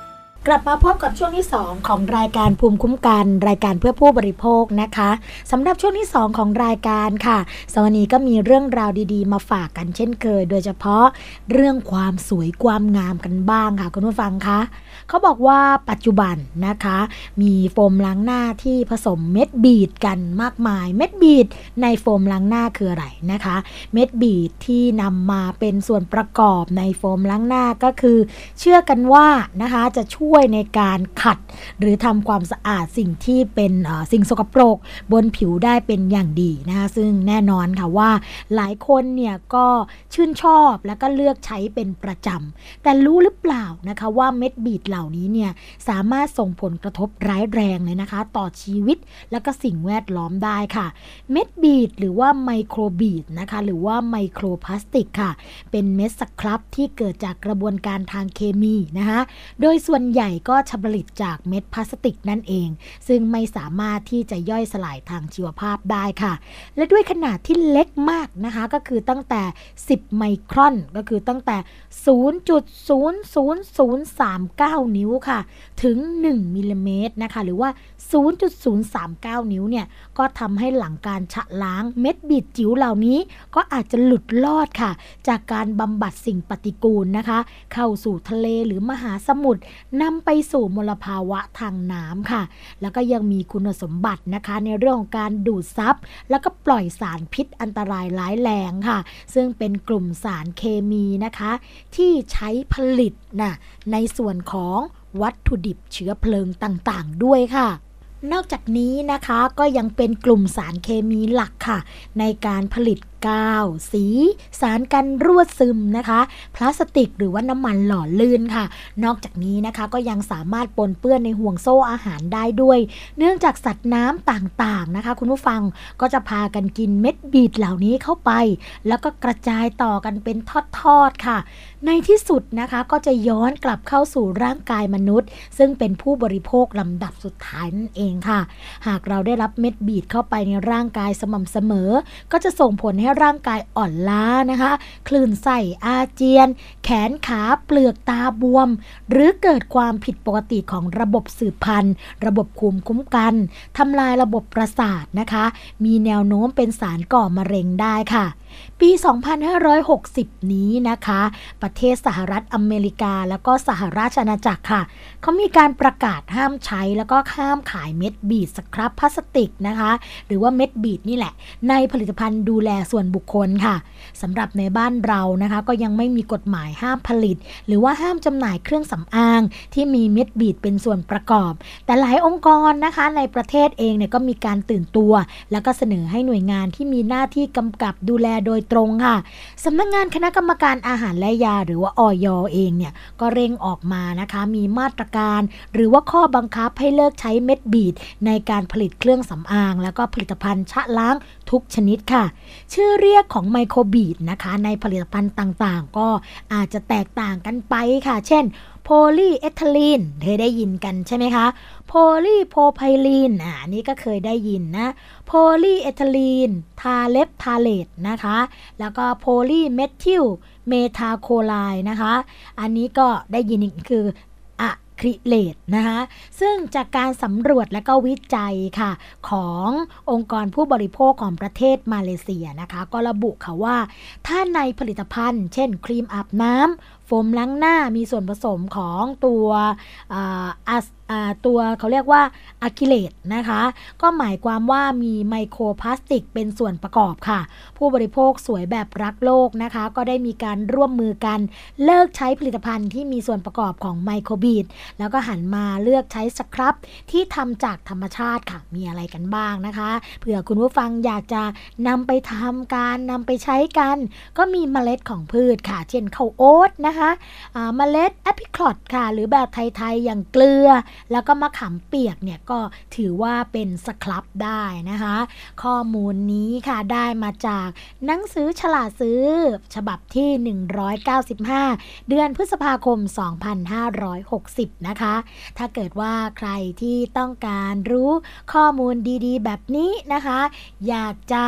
กลับมาพบกับช่วงที่สองของรายการภูมิคุ้มกันรายการเพื่อผู้บริโภคนะคะสำหรับช่วงที่สองของรายการค่ะสวันนี้ก็มีเรื่องราวดีๆมาฝากกันเช่นเคยโดยเฉพาะเรื่องความสวยความงามกันบ้างค่ะคุณผู้ฟังคะเขาบอกว่าปัจจุบันนะคะมีโฟมล้างหน้าที่ผสมเม็ดบีดกันมากมายเม็ดบีดในโฟมล้างหน้าคืออะไรนะคะเม็ดบีดที่นำมาเป็นส่วนประกอบในโฟมล้างหน้าก็คือเชื่อกันว่านะคะจะช่วยในการขัดหรือทำความสะอาดสิ่งที่เป็นสิ่งสกปรกบนผิวได้เป็นอย่างดีนะคะซึ่งแน่นอนค่ะว่าหลายคนเนี่ยก็ชื่นชอบแล้วก็เลือกใช้เป็นประจำแต่รู้หรือเปล่านะคะว่าเม็ดบีดเหล่านี้เนี่ยสามารถส่งผลกระทบร้ายแรงเลยนะคะต่อชีวิตและก็สิ่งแวดล้อมได้ค่ะเม็ดบีดหรือว่าไมโครบีดนะคะหรือว่าไมโครพลาสติกค่ะเป็นเม็ดสครับที่เกิดจากกระบวนการทางเคมีนะคะโดยส่วนใหญ่ก็ผลิตจากเม็ดพลาสติกนั่นเองซึ่งไม่สามารถที่จะย่อยสลายทางชีวภาพได้ค่ะและด้วยขนาดที่เล็กมากนะคะก็คือตั้งแต่สิบไมครอนก็คือตั้งแต่ ศูนย์จุดศูนย์ศูนย์ศูนย์สามเก้า นิ้วค่ะถึงหนึ่งมิลลิเมตรนะคะหรือว่า ศูนย์จุดศูนย์สามเก้า นิ้วเนี่ยก็ทำให้หลังการชะล้างเม็ดบีดจิ๋วเหล่านี้ก็อาจจะหลุดลอดค่ะจากการบำบัดสิ่งปฏิกูลนะคะเข้าสู่ทะเลหรือมหาสมุทรนำไปสู่มลภาวะทางน้ำค่ะแล้วก็ยังมีคุณสมบัตินะคะในเรื่องของการดูดซับแล้วก็ปล่อยสารพิษอันตรายร้ายแรงค่ะซึ่งเป็นกลุ่มสารเคมีนะคะที่ใช้ผลิตนะในส่วนของวัตถุดิบเชื้อเพลิงต่างๆด้วยค่ะนอกจากนี้นะคะก็ยังเป็นกลุ่มสารเคมีหลักค่ะในการผลิตกาวสีสารกันรั่วซึมนะคะพลาสติกหรือว่าน้ำมันหล่อลื่นค่ะนอกจากนี้นะคะก็ยังสามารถปนเปื้อนในห่วงโซ่อาหารได้ด้วยเนื่องจากสัตว์น้ำต่างๆนะคะคุณผู้ฟังก็จะพากันกินเม็ดบีดเหล่านี้เข้าไปแล้วก็กระจายต่อกันเป็นทอดๆค่ะในที่สุดนะคะก็จะย้อนกลับเข้าสู่ร่างกายมนุษย์ซึ่งเป็นผู้บริโภคลำดับสุดท้ายนั่นเองค่ะหากเราได้รับเม็ดบีดเข้าไปในร่างกายสม่ำเสมอก็จะส่งผลให้ร่างกายอ่อนล้านะคะคลื่นไส้อาเจียนแขนขาเปลือกตาบวมหรือเกิดความผิดปกติของระบบสืบพันธุ์ระบบภูมิคุ้มกันทำลายระบบประสาทนะคะมีแนวโน้มเป็นสารก่อมะเร็งได้ค่ะปีสองพันห้าร้อยหกสิบนี้นะคะประเทศสหรัฐอเมริกาแล้วก็สหราชอาณาจักรค่ะเขามีการประกาศห้ามใช้แล้วก็ห้ามขายเม็ดบีดสครับพลาสติกนะคะหรือว่าเม็ดบีดนี่แหละในผลิตภัณฑ์ดูแลส่วนบุคคลค่ะสำหรับในบ้านเรานะคะก็ยังไม่มีกฎหมายห้ามผลิตหรือว่าห้ามจำหน่ายเครื่องสำอางที่มีเม็ดบีดเป็นส่วนประกอบแต่หลายองค์กรนะคะในประเทศเองเนี่ยก็มีการตื่นตัวแล้วก็เสนอให้หน่วยงานที่มีหน้าที่กำกับดูแลโดยตรงค่ะสำนักงานคณะกรรมการอาหารและยาหรือว่าอย.เองเนี่ยก็เร่งออกมานะคะมีมาตรการหรือว่าข้อบังคับให้เลิกใช้เม็ดบีดในการผลิตเครื่องสำอางแล้วก็ผลิตภัณฑ์ชะล้างทุกชนิดค่ะชื่อเรียกของไมโครบีดนะคะในผลิตภัณฑ์ต่างๆก็อาจจะแตกต่างกันไปค่ะเช่นโพลีเอทิลีนเคยได้ยินกันใช่ไหมคะโพลีโพไพลีนอ่านี่ก็เคยได้ยินนะโพลีเอทิลีนทาเลปทาเลตนะคะแล้วก็โพลีเมทิลเมทาโคไลนะคะอันนี้ก็ได้ยินคืออะคริเลตนะคะซึ่งจากการสำรวจและก็วิจัยค่ะขององค์กรผู้บริโภคของประเทศมาเลเซียนะคะก็ระบุค่ะว่าถ้าในผลิตภัณฑ์เช่นครีมอาบน้ำโฟมล้างหน้ามีส่วนผสมของตัวอ่าอัสตัวเขาเรียกว่าอะคริเลตนะคะก็หมายความว่ามีไมโครพลาสติกเป็นส่วนประกอบค่ะผู้บริโภคสวยแบบรักโลกนะคะก็ได้มีการร่วมมือกันเลิกใช้ผลิตภัณฑ์ที่มีส่วนประกอบของไมโครบีดแล้วก็หันมาเลือกใช้สครับที่ทำจากธรรมชาติค่ะมีอะไรกันบ้างนะคะเผื่อคุณผู้ฟังอยากจะนำไปทำการนำไปใช้กันก็มีเมล็ดของพืชค่ะเช่นข้าวโอ๊ตนะคะเมล็ดแอปริคอตค่ะหรือแบบไทยๆอย่างเกลือแล้วก็มะขามเปียกเนี่ยก็ถือว่าเป็นสครับได้นะคะข้อมูลนี้ค่ะได้มาจากหนังสือฉลาดซื้อฉบับที่หนึ่งร้อยเก้าสิบห้าเดือนพฤษภาคมสองพันห้าร้อยหกสิบนะคะถ้าเกิดว่าใครที่ต้องการรู้ข้อมูลดีๆแบบนี้นะคะอยากจะ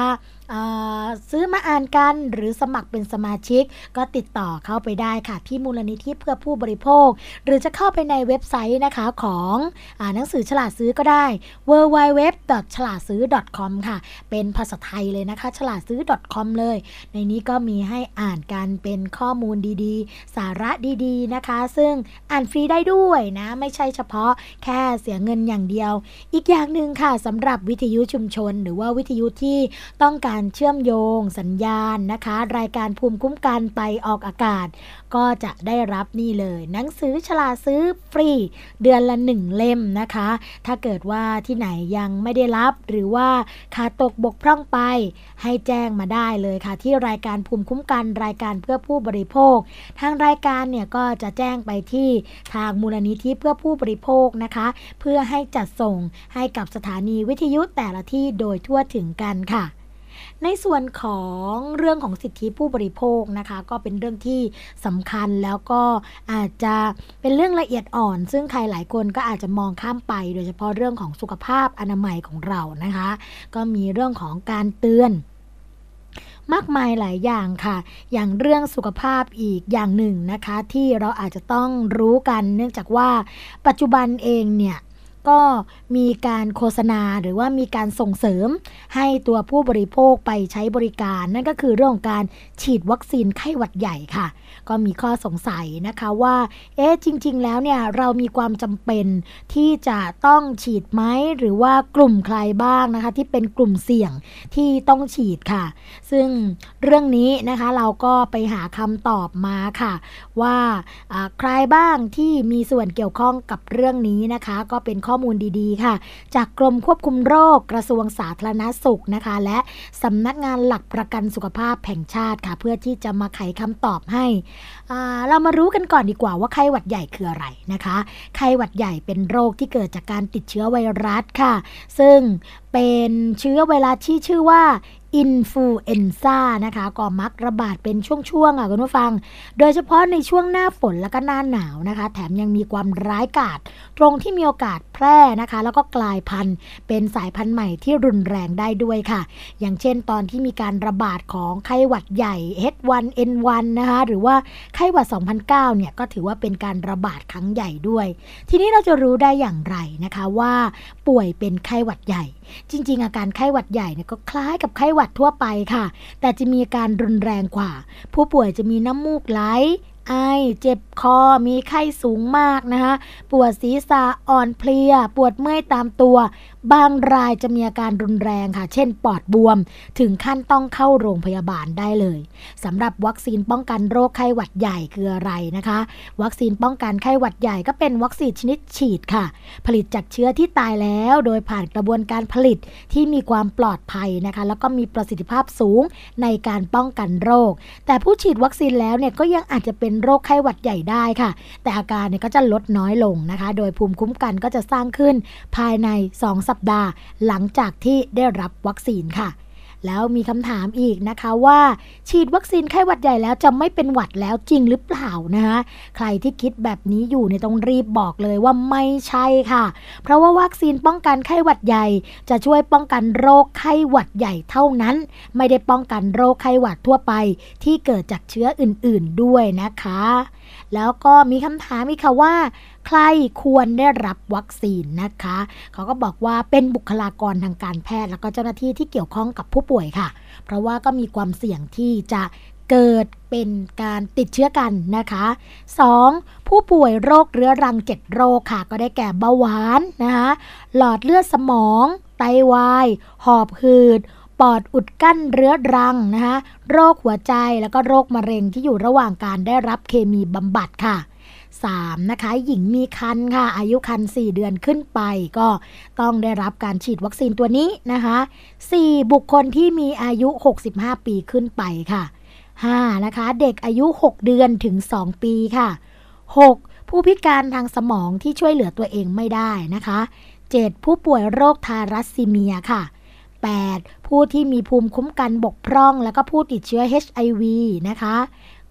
ซื้อมาอ่านกันหรือสมัครเป็นสมาชิกก็ติดต่อเข้าไปได้ค่ะที่มูลนิธิเพื่อผู้บริโภคหรือจะเข้าไปในเว็บไซต์นะคะของอ่าหนังสือฉลาดซื้อก็ได้ ดับเบิลยู ดับเบิลยู ดับเบิลยู ดอท ฉลาดซื้อ ดอท คอม ค่ะเป็นภาษาไทยเลยนะคะฉลาดซื้อ .com เลยในนี้ก็มีให้อ่านกันเป็นข้อมูลดีๆสาระดีๆนะคะซึ่งอ่านฟรีได้ด้วยนะไม่ใช่เฉพาะแค่เสียเงินอย่างเดียวอีกอย่างหนึ่งค่ะสำหรับวิทยุชุมชนหรือว่าวิทยุที่ต้องการเชื่อมโยงสัญญาณนะคะรายการภูมิคุ้มกันไปออกอากาศก็จะได้รับนี่เลยหนังสือฉลาดซื้อฟรีเดือนละหนึ่งเล่มนะคะถ้าเกิดว่าที่ไหนยังไม่ได้รับหรือว่าขาดตกบกพร่องไปให้แจ้งมาได้เลยค่ะที่รายการภูมิคุ้มกันรายการเพื่อผู้บริโภคทางรายการเนี่ยก็จะแจ้งไปที่ทางมูลนิธิเพื่อผู้บริโภคนะคะเพื่อให้จัดส่งให้กับสถานีวิทยุแต่ละที่โดยทั่วถึงกันค่ะในส่วนของเรื่องของสิทธิผู้บริโภคนะคะก็เป็นเรื่องที่สำคัญแล้วก็อาจจะเป็นเรื่องละเอียดอ่อนซึ่งใครหลายคนก็อาจจะมองข้ามไปโดยเฉพาะเรื่องของสุขภาพอนามัยของเรานะคะก็มีเรื่องของการเตือนมากมายหลายอย่างค่ะอย่างเรื่องสุขภาพอีกอย่างหนึ่งนะคะที่เราอาจจะต้องรู้กันเนื่องจากว่าปัจจุบันเองเนี่ยก็มีการโฆษณาหรือว่ามีการส่งเสริมให้ตัวผู้บริโภคไปใช้บริการนั่นก็คือเรื่องของการฉีดวัคซีนไข้หวัดใหญ่ค่ะก็มีข้อสงสัยนะคะว่าเอ๊ะจริงๆแล้วเนี่ยเรามีความจำเป็นที่จะต้องฉีดไหมหรือว่ากลุ่มใครบ้างนะคะที่เป็นกลุ่มเสี่ยงที่ต้องฉีดค่ะซึ่งเรื่องนี้นะคะเราก็ไปหาคำตอบมาค่ะว่าใครบ้างที่มีส่วนเกี่ยวข้องกับเรื่องนี้นะคะก็เป็นข้อมูลดีๆค่ะจากกรมควบคุมโรคกระทรวงสาธารณสุขนะคะและสำนักงานหลักประกันสุขภาพแห่งชาติค่ะเพื่อที่จะมาไขคำตอบให้เรามารู้กันก่อนดีกว่าว่าไข้หวัดใหญ่คืออะไรนะคะไข้หวัดใหญ่เป็นโรคที่เกิดจากการติดเชื้อไวรัสค่ะซึ่งเป็นเชื้อไวรัสที่ชื่อว่าอินฟลูเอนซ่านะคะก็มักระบาดเป็นช่วงๆอ่ะคุณผู้ฟังโดยเฉพาะในช่วงหน้าฝนและก็หน้าหนาวนะคะแถมยังมีความร้ายกาจตรงที่มีโอกาสแพร่นะคะแล้วก็กลายพันธุ์เป็นสายพันธุ์ใหม่ที่รุนแรงได้ด้วยค่ะอย่างเช่นตอนที่มีการระบาดของไข้หวัดใหญ่ เอช วัน เอ็น วัน นะคะหรือว่าไข้หวัดสองพันเก้าเนี่ยก็ถือว่าเป็นการระบาดครั้งใหญ่ด้วยทีนี้เราจะรู้ได้อย่างไรนะคะว่าป่วยเป็นไข้หวัดใหญ่จริงๆอาการไข้หวัดใหญ่เนี่ยก็คล้ายกับไข้หวัดทั่วไปค่ะแต่จะมีอาการรุนแรงกว่าผู้ป่วยจะมีน้ำมูกไหลไอเจ็บคอมีไข้สูงมากนะคะปวดศีรษะอ่อนเพลียปวดเมื่อยตามตัวบางรายจะมีอาการรุนแรงค่ะเช่นปอดบวมถึงขั้นต้องเข้าโรงพยาบาลได้เลยสำหรับวัคซีนป้องกันโรคไข้หวัดใหญ่คืออะไรนะคะวัคซีนป้องกันไข้หวัดใหญ่ก็เป็นวัคซีนชนิดฉีดค่ะผลิตจากเชื้อที่ตายแล้วโดยผ่านกระบวนการผลิตที่มีความปลอดภัยนะคะแล้วก็มีประสิทธิภาพสูงในการป้องกันโรคแต่ผู้ฉีดวัคซีนแล้วเนี่ยก็ยังอาจจะเป็นโรคไข้หวัดใหญ่ได้ค่ะแต่อาการเนี่ยก็จะลดน้อยลงนะคะโดยภูมิคุ้มกันก็จะสร้างขึ้นภายในสองสัปดาห์หลังจากที่ได้รับวัคซีนค่ะแล้วมีคำถามอีกนะคะว่าฉีดวัคซีนไข้หวัดใหญ่แล้วจะไม่เป็นหวัดแล้วจริงหรือเปล่านะคะใครที่คิดแบบนี้อยู่เนี่ยต้องรีบบอกเลยว่าไม่ใช่ค่ะเพราะว่าวัคซีนป้องกันไข้หวัดใหญ่จะช่วยป้องกันโรคไข้หวัดใหญ่เท่านั้นไม่ได้ป้องกันโรคไข้หวัดทั่วไปที่เกิดจากเชื้ออื่นๆด้วยนะคะแล้วก็มีคำถามอีกค่ะว่าใครควรได้รับวัคซีนนะคะเขาก็บอกว่าเป็นบุคลากรทางการแพทย์แล้วก็เจ้าหน้าที่ที่เกี่ยวข้องกับผู้ป่วยค่ะเพราะว่าก็มีความเสี่ยงที่จะเกิดเป็นการติดเชื้อกันนะคะสองผู้ป่วยโรคเรื้อรังเจ็ดโรคค่ะก็ได้แก่เบาหวานนะคะหลอดเลือดสมองไตวายหอบหืดปอดอุดกั้นเรื้อรังนะคะโรคหัวใจแล้วก็โรคมะเร็งที่อยู่ระหว่างการได้รับเคมีบำบัดค่ะสามนะคะหญิงมีครรภ์ค่ะอายุครรภ์สี่เดือนขึ้นไปก็ต้องได้รับการฉีดวัคซีนตัวนี้นะคะสี่บุคคลที่มีอายุหกสิบห้าปีขึ้นไปค่ะห้านะคะเด็กอายุหกเดือนถึงสองปีค่ะหกผู้พิการทางสมองที่ช่วยเหลือตัวเองไม่ได้นะคะเจ็ดผู้ป่วยโรคทารัสซีเมียค่ะแปดผู้ที่มีภูมิคุ้มกันบกพร่องแล้วก็ผู้ติดเชื้อ เอช ไอ วี นะคะ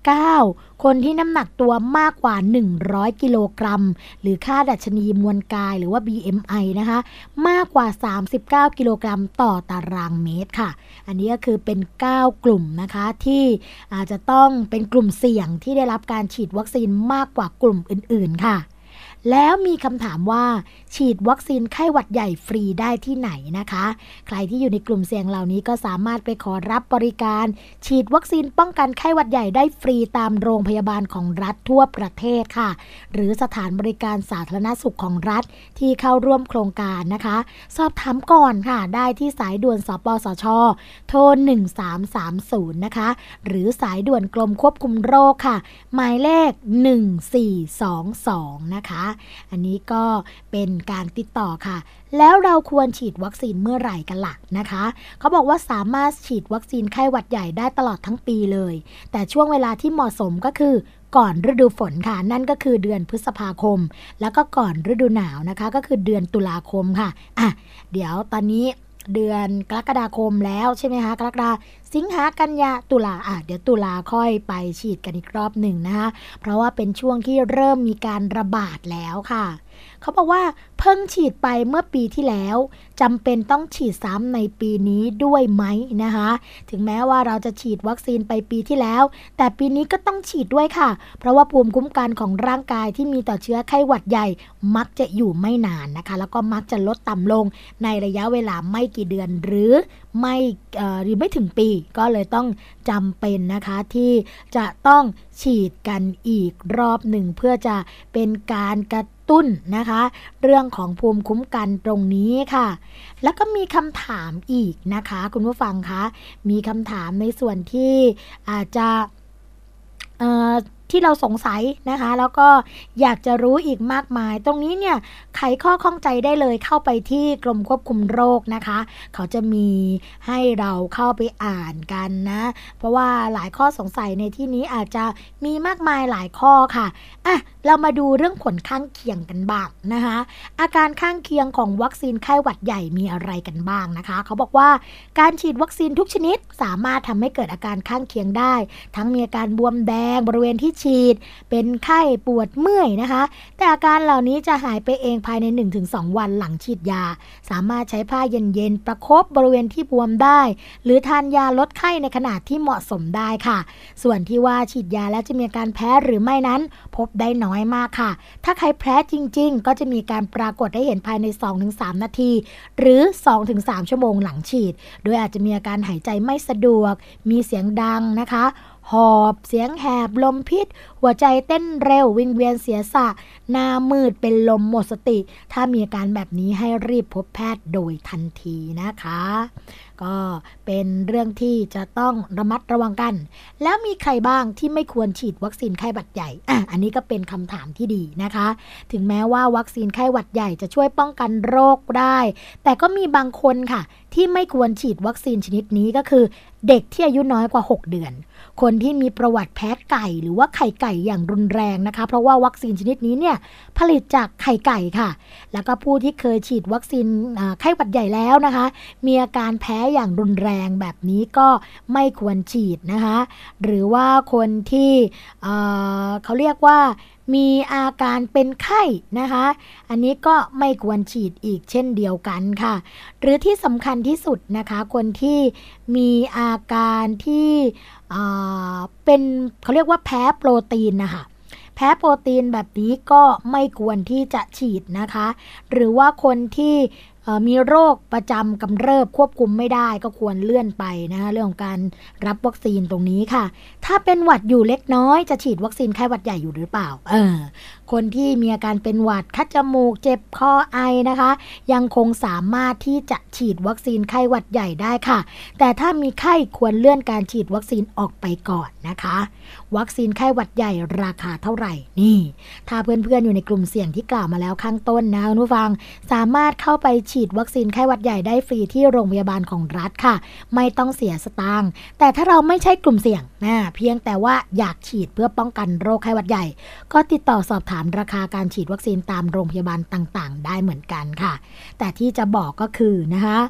เก้าคนที่น้ำหนักตัวมากกว่าหนึ่งร้อยกิโลกรัมหรือค่าดัชนีมวลกายหรือว่า บี เอ็ม ไอ นะคะมากกว่าสามสิบเก้ากิโลกรัมต่อตารางเมตรค่ะอันนี้ก็คือเป็นเก้ากลุ่มนะคะที่อาจจะต้องเป็นกลุ่มเสี่ยงที่ได้รับการฉีดวัคซีนมากกว่ากลุ่มอื่นๆค่ะแล้วมีคำถามว่าฉีดวัคซีนไข้หวัดใหญ่ฟรีได้ที่ไหนนะคะใครที่อยู่ในกลุ่มเสี่ยงเหล่านี้ก็สามารถไปขอรับบริการฉีดวัคซีนป้องกันไข้หวัดใหญ่ได้ฟรีตามโรงพยาบาลของรัฐทั่วประเทศค่ะหรือสถานบริการสาธารณสุขของรัฐที่เข้าร่วมโครงการนะคะสอบถามก่อนค่ะได้ที่สายด่วนสปสช.โทรหนึ่งสามสามศูนย์นะคะหรือสายด่วนกรมควบคุมโรคค่ะหมายเลขหนึ่งสี่สองสองนะคะอันนี้ก็เป็นการติดต่อค่ะแล้วเราควรฉีดวัคซีนเมื่อไหร่กันล่ะนะคะเขาบอกว่าสามารถฉีดวัคซีนไข้หวัดใหญ่ได้ตลอดทั้งปีเลยแต่ช่วงเวลาที่เหมาะสมก็คือก่อนฤดูฝนค่ะนั่นก็คือเดือนพฤษภาคมแล้วก็ก่อนฤดูหนาวนะคะก็คือเดือนตุลาคมค่ะอ่ะเดี๋ยวตอนนี้เดือนกรกฎาคมแล้วใช่ไหมคะกรกฎาสิงหากันยาตุลาอ่ะเดี๋ยวตุลาค่อยไปฉีดกันอีกรอบหนึ่งนะคะเพราะว่าเป็นช่วงที่เริ่มมีการระบาดแล้วค่ะเขาบอกว่าเพิ่งฉีดไปเมื่อปีที่แล้วจำเป็นต้องฉีดซ้ำในปีนี้ด้วยไหมนะคะถึงแม้ว่าเราจะฉีดวัคซีนไปปีที่แล้วแต่ปีนี้ก็ต้องฉีดด้วยค่ะเพราะว่าภูมิคุ้มกันของร่างกายที่มีต่อเชื้อไข้หวัดใหญ่มักจะอยู่ไม่นานนะคะแล้วก็มักจะลดต่ำลงในระยะเวลาไม่กี่เดือนหรือไม่เอ่อหรือไม่ถึงปีก็เลยต้องจำเป็นนะคะที่จะต้องฉีดกันอีกรอบหนึ่งเพื่อจะเป็นการกระตุ้นนะคะเรื่องของภูมิคุ้มกันตรงนี้ค่ะแล้วก็มีคำถามอีกนะคะคุณผู้ฟังคะมีคำถามในส่วนที่อาจจะเอ่อที่เราสงสัยนะคะแล้วก็อยากจะรู้อีกมากมายตรงนี้เนี่ยไขข้อข้องใจได้เลยเข้าไปที่กรมควบคุมโรคนะคะเขาจะมีให้เราเข้าไปอ่านกันนะเพราะว่าหลายข้อสงสัยในที่นี้อาจจะมีมากมายหลายข้อค่ะอ่ะเรามาดูเรื่องผลข้างเคียงกันบ้างนะคะอาการข้างเคียงของวัคซีนไข้หวัดใหญ่มีอะไรกันบ้างนะคะเขาบอกว่าการฉีดวัคซีนทุกชนิดสามารถทำให้เกิดอาการข้างเคียงได้ทั้งมีอาการบวมแดงบริเวณที่ฉีดเป็นไข้ปวดเมื่อยนะคะแต่อาการเหล่านี้จะหายไปเองภายใน หนึ่งถึงสอง วันหลังฉีดยาสามารถใช้ผ้าเย็นๆประคบบริเวณที่บวมได้หรือทานยาลดไข้ในขนาดที่เหมาะสมได้ค่ะส่วนที่ว่าฉีดยาแล้วจะมีอาการแพ้หรือไม่นั้นพบได้น้อยมากค่ะถ้าใครแพ้จริงๆก็จะมีการปรากฏให้เห็นภายใน สองถึงสาม นาทีหรือ สองถึงสาม ชั่วโมงหลังฉีดโดยอาจจะมีอาการหายใจไม่สะดวกมีเสียงดังนะคะหอบเสียงแหบลมพิษหัวใจเต้นเร็ววิงเวียนเสียสะหน้ามืดเป็นลมหมดสติถ้ามีอาการแบบนี้ให้รีบพบแพทย์โดยทันทีนะคะก็เป็นเรื่องที่จะต้องระมัดระวังกันแล้วมีใครบ้างที่ไม่ควรฉีดวัคซีนไข้หวัดใหญ่อ่ะอันนี้ก็เป็นคำถามที่ดีนะคะถึงแม้ว่าวัคซีนไข้หวัดใหญ่จะช่วยป้องกันโรคได้แต่ก็มีบางคนค่ะที่ไม่ควรฉีดวัคซีนชนิดนี้ก็คือเด็กที่อายุน้อยกว่าหกเดือนคนที่มีประวัติแพ้ไก่หรือว่าไข่ไก่อย่างรุนแรงนะคะเพราะว่าวัคซีนชนิดนี้เนี่ยผลิตจากไข่ไก่ค่ะแล้วก็ผู้ที่เคยฉีดวัคซีนไข้หวัดใหญ่แล้วนะคะมีอาการแพ้อย่างรุนแรงแบบนี้ก็ไม่ควรฉีดนะคะหรือว่าคนที่เอ่อเขาเรียกว่ามีอาการเป็นไข้นะคะอันนี้ก็ไม่ควรฉีดอีกเช่นเดียวกันค่ะหรือที่สำคัญที่สุดนะคะคนที่มีอาการที่เป็นเขาเรียกว่าแพ้โปรตีนนะคะแพ้โปรตีนแบบนี้ก็ไม่ควรที่จะฉีดนะคะหรือว่าคนที่มีโรคประจำกำเริบควบคุมไม่ได้ก็ควรเลื่อนไปนะคะเรื่องของการรับวัคซีนตรงนี้ค่ะถ้าเป็นหวัดอยู่เล็กน้อยจะฉีดวัคซีนไข้หวัดใหญ่อยู่หรือเปล่าเออคนที่มีอาการเป็นหวัดคัดจมูกเจ็บคอไอนะคะยังคงสามารถที่จะฉีดวัคซีนไข้หวัดใหญ่ได้ค่ะแต่ถ้ามีไข้ควรเลื่อนการฉีดวัคซีนออกไปก่อนนะคะวัคซีนไข้หวัดใหญ่ราคาเท่าไหร่นี่ถ้าเพื่อนๆอยู่ในกลุ่มเสี่ยงที่กล่าวมาแล้วข้างต้นนะคุณผู้ฟังสามารถเข้าไปฉีดวัคซีนไข้หวัดใหญ่ได้ฟรีที่โรงพยาบาลของรัฐค่ะไม่ต้องเสียสตางค์แต่ถ้าเราไม่ใช่กลุ่มเสี่ยงนะเพียงแต่ว่าอยากฉีดเพื่อป้องกันโรคไข้หวัดใหญ่ก็ติดต่อสอบถามราคาการฉีดวัคซีนตามโรงพยาบาลต่างๆได้เหมือนกันค่ะแต่ที่จะบอกก็คือนะคะ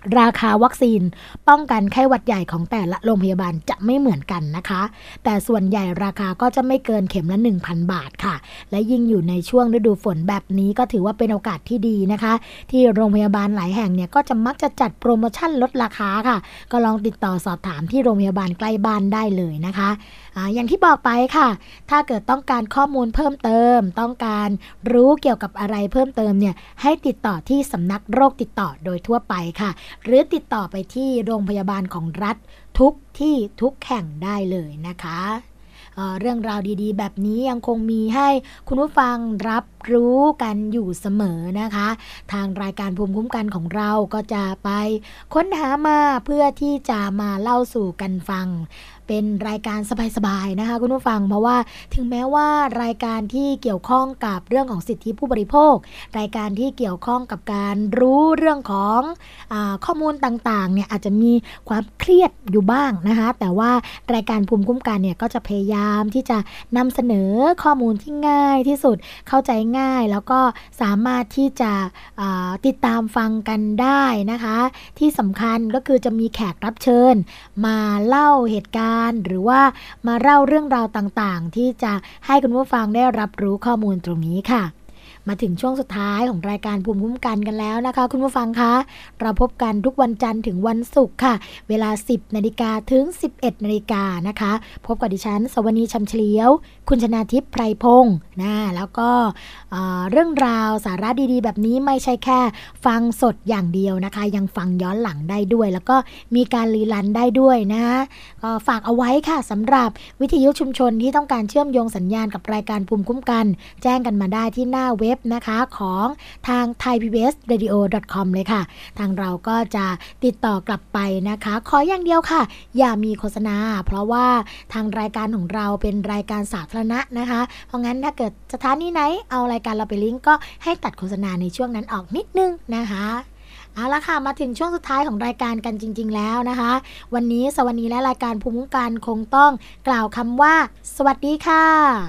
ราคาวัคซีนป้องกันไข้หวัดใหญ่ของแต่ละโรงพยาบาลจะไม่เหมือนกันนะคะแต่ส่วนใหญ่ราคาก็จะไม่เกินเข็มละ หนึ่งพัน บาทค่ะและยิ่งอยู่ในช่วงฤดูฝนแบบนี้ก็ถือว่าเป็นโอกาสที่ดีนะคะที่โรงพยาบาลหลายแห่งเนี่ยก็จะมักจะจัดโปรโมชั่นลดราคาค่ะก็ลองติดต่อสอบถามที่โรงพยาบาลใกล้บ้านได้เลยนะคะอ่าอย่างที่บอกไปค่ะถ้าเกิดต้องการข้อมูลเพิ่มเติมต้องการรู้เกี่ยวกับอะไรเพิ่มเติมเนี่ยให้ติดต่อที่สำนักโรคติดต่อโดยทั่วไปค่ะหรือติดต่อไปที่โรงพยาบาลของรัฐทุกที่ทุกแห่งได้เลยนะคะเอ่อเรื่องราวดีๆแบบนี้ยังคงมีให้คุณผู้ฟังรับรู้กันอยู่เสมอนะคะทางรายการภูมิคุ้มกันของเราก็จะไปค้นหามาเพื่อที่จะมาเล่าสู่กันฟังเป็นรายการสบายๆนะคะคุณผู้ฟังเพราะว่าถึงแม้ว่ารายการที่เกี่ยวข้องกับเรื่องของสิทธิผู้บริโภครายการที่เกี่ยวข้องกับการรู้เรื่องของอ่าข้อมูลต่างๆเนี่ยอาจจะมีความเครียดอยู่บ้างนะคะแต่ว่ารายการภูมิคุ้มกันเนี่ยก็จะพยายามที่จะนำเสนอข้อมูลที่ง่ายที่สุดเข้าใจง่ายแล้วก็สามารถที่จะอ่าติดตามฟังกันได้นะคะที่สำคัญก็คือจะมีแขกรับเชิญมาเล่าเหตุการณ์หรือว่ามาเล่าเรื่องราวต่างๆที่จะให้คุณผู้ฟังได้รับรู้ข้อมูลตรงนี้ค่ะมาถึงช่วงสุดท้ายของรายการภูมิคุ้มกันกันแล้วนะคะคุณผู้ฟังคะเราพบกันทุกวันจันทร์ถึงวันศุกร์ค่ะเวลา สิบนาฬิกา ถึง สิบเอ็ดนาฬิกานะคะพบกับดิฉันสวนีชำเฉลียวคุณชนาทิพย์ไพรพงษ์นะแล้วก็เอ่อเรื่องราวสาระดีๆแบบนี้ไม่ใช่แค่ฟังสดอย่างเดียวนะคะยังฟังย้อนหลังได้ด้วยแล้วก็มีการรีลันได้ด้วยนะก็ฝากเอาไว้ค่ะสำหรับวิทยุชุมชนที่ต้องการเชื่อมโยงสัญญาณกับรายการภูมิคุ้มกันแจ้งกันมาได้ที่หน้าเว็บนะคะของทาง ไทย พี บี เอส เรดิโอ ดอท คอม เลยค่ะทางเราก็จะติดต่อกลับไปนะคะขออย่างเดียวค่ะอย่ามีโฆษณาเพราะว่าทางรายการของเราเป็นรายการสาธารณะนะคะเพราะงั้นถ้าเกิดสถานีไหนเอารายการเราไปลิงก์ก็ให้ตัดโฆษณาในช่วงนั้นออกนิดนึงนะคะเอาละค่ะมาถึงช่วงสุดท้ายของรายการกันจริงๆแล้วนะคะวันนี้สวนีและรายการภูมิคุ้มกันคงต้องกล่าวคำว่าสวัสดีค่ะ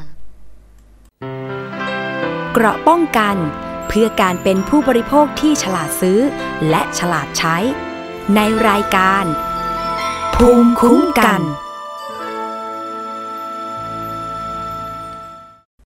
เกราะป้องกันเพื่อการเป็นผู้บริโภคที่ฉลาดซื้อและฉลาดใช้ในรายการภูมิคุ้มกัน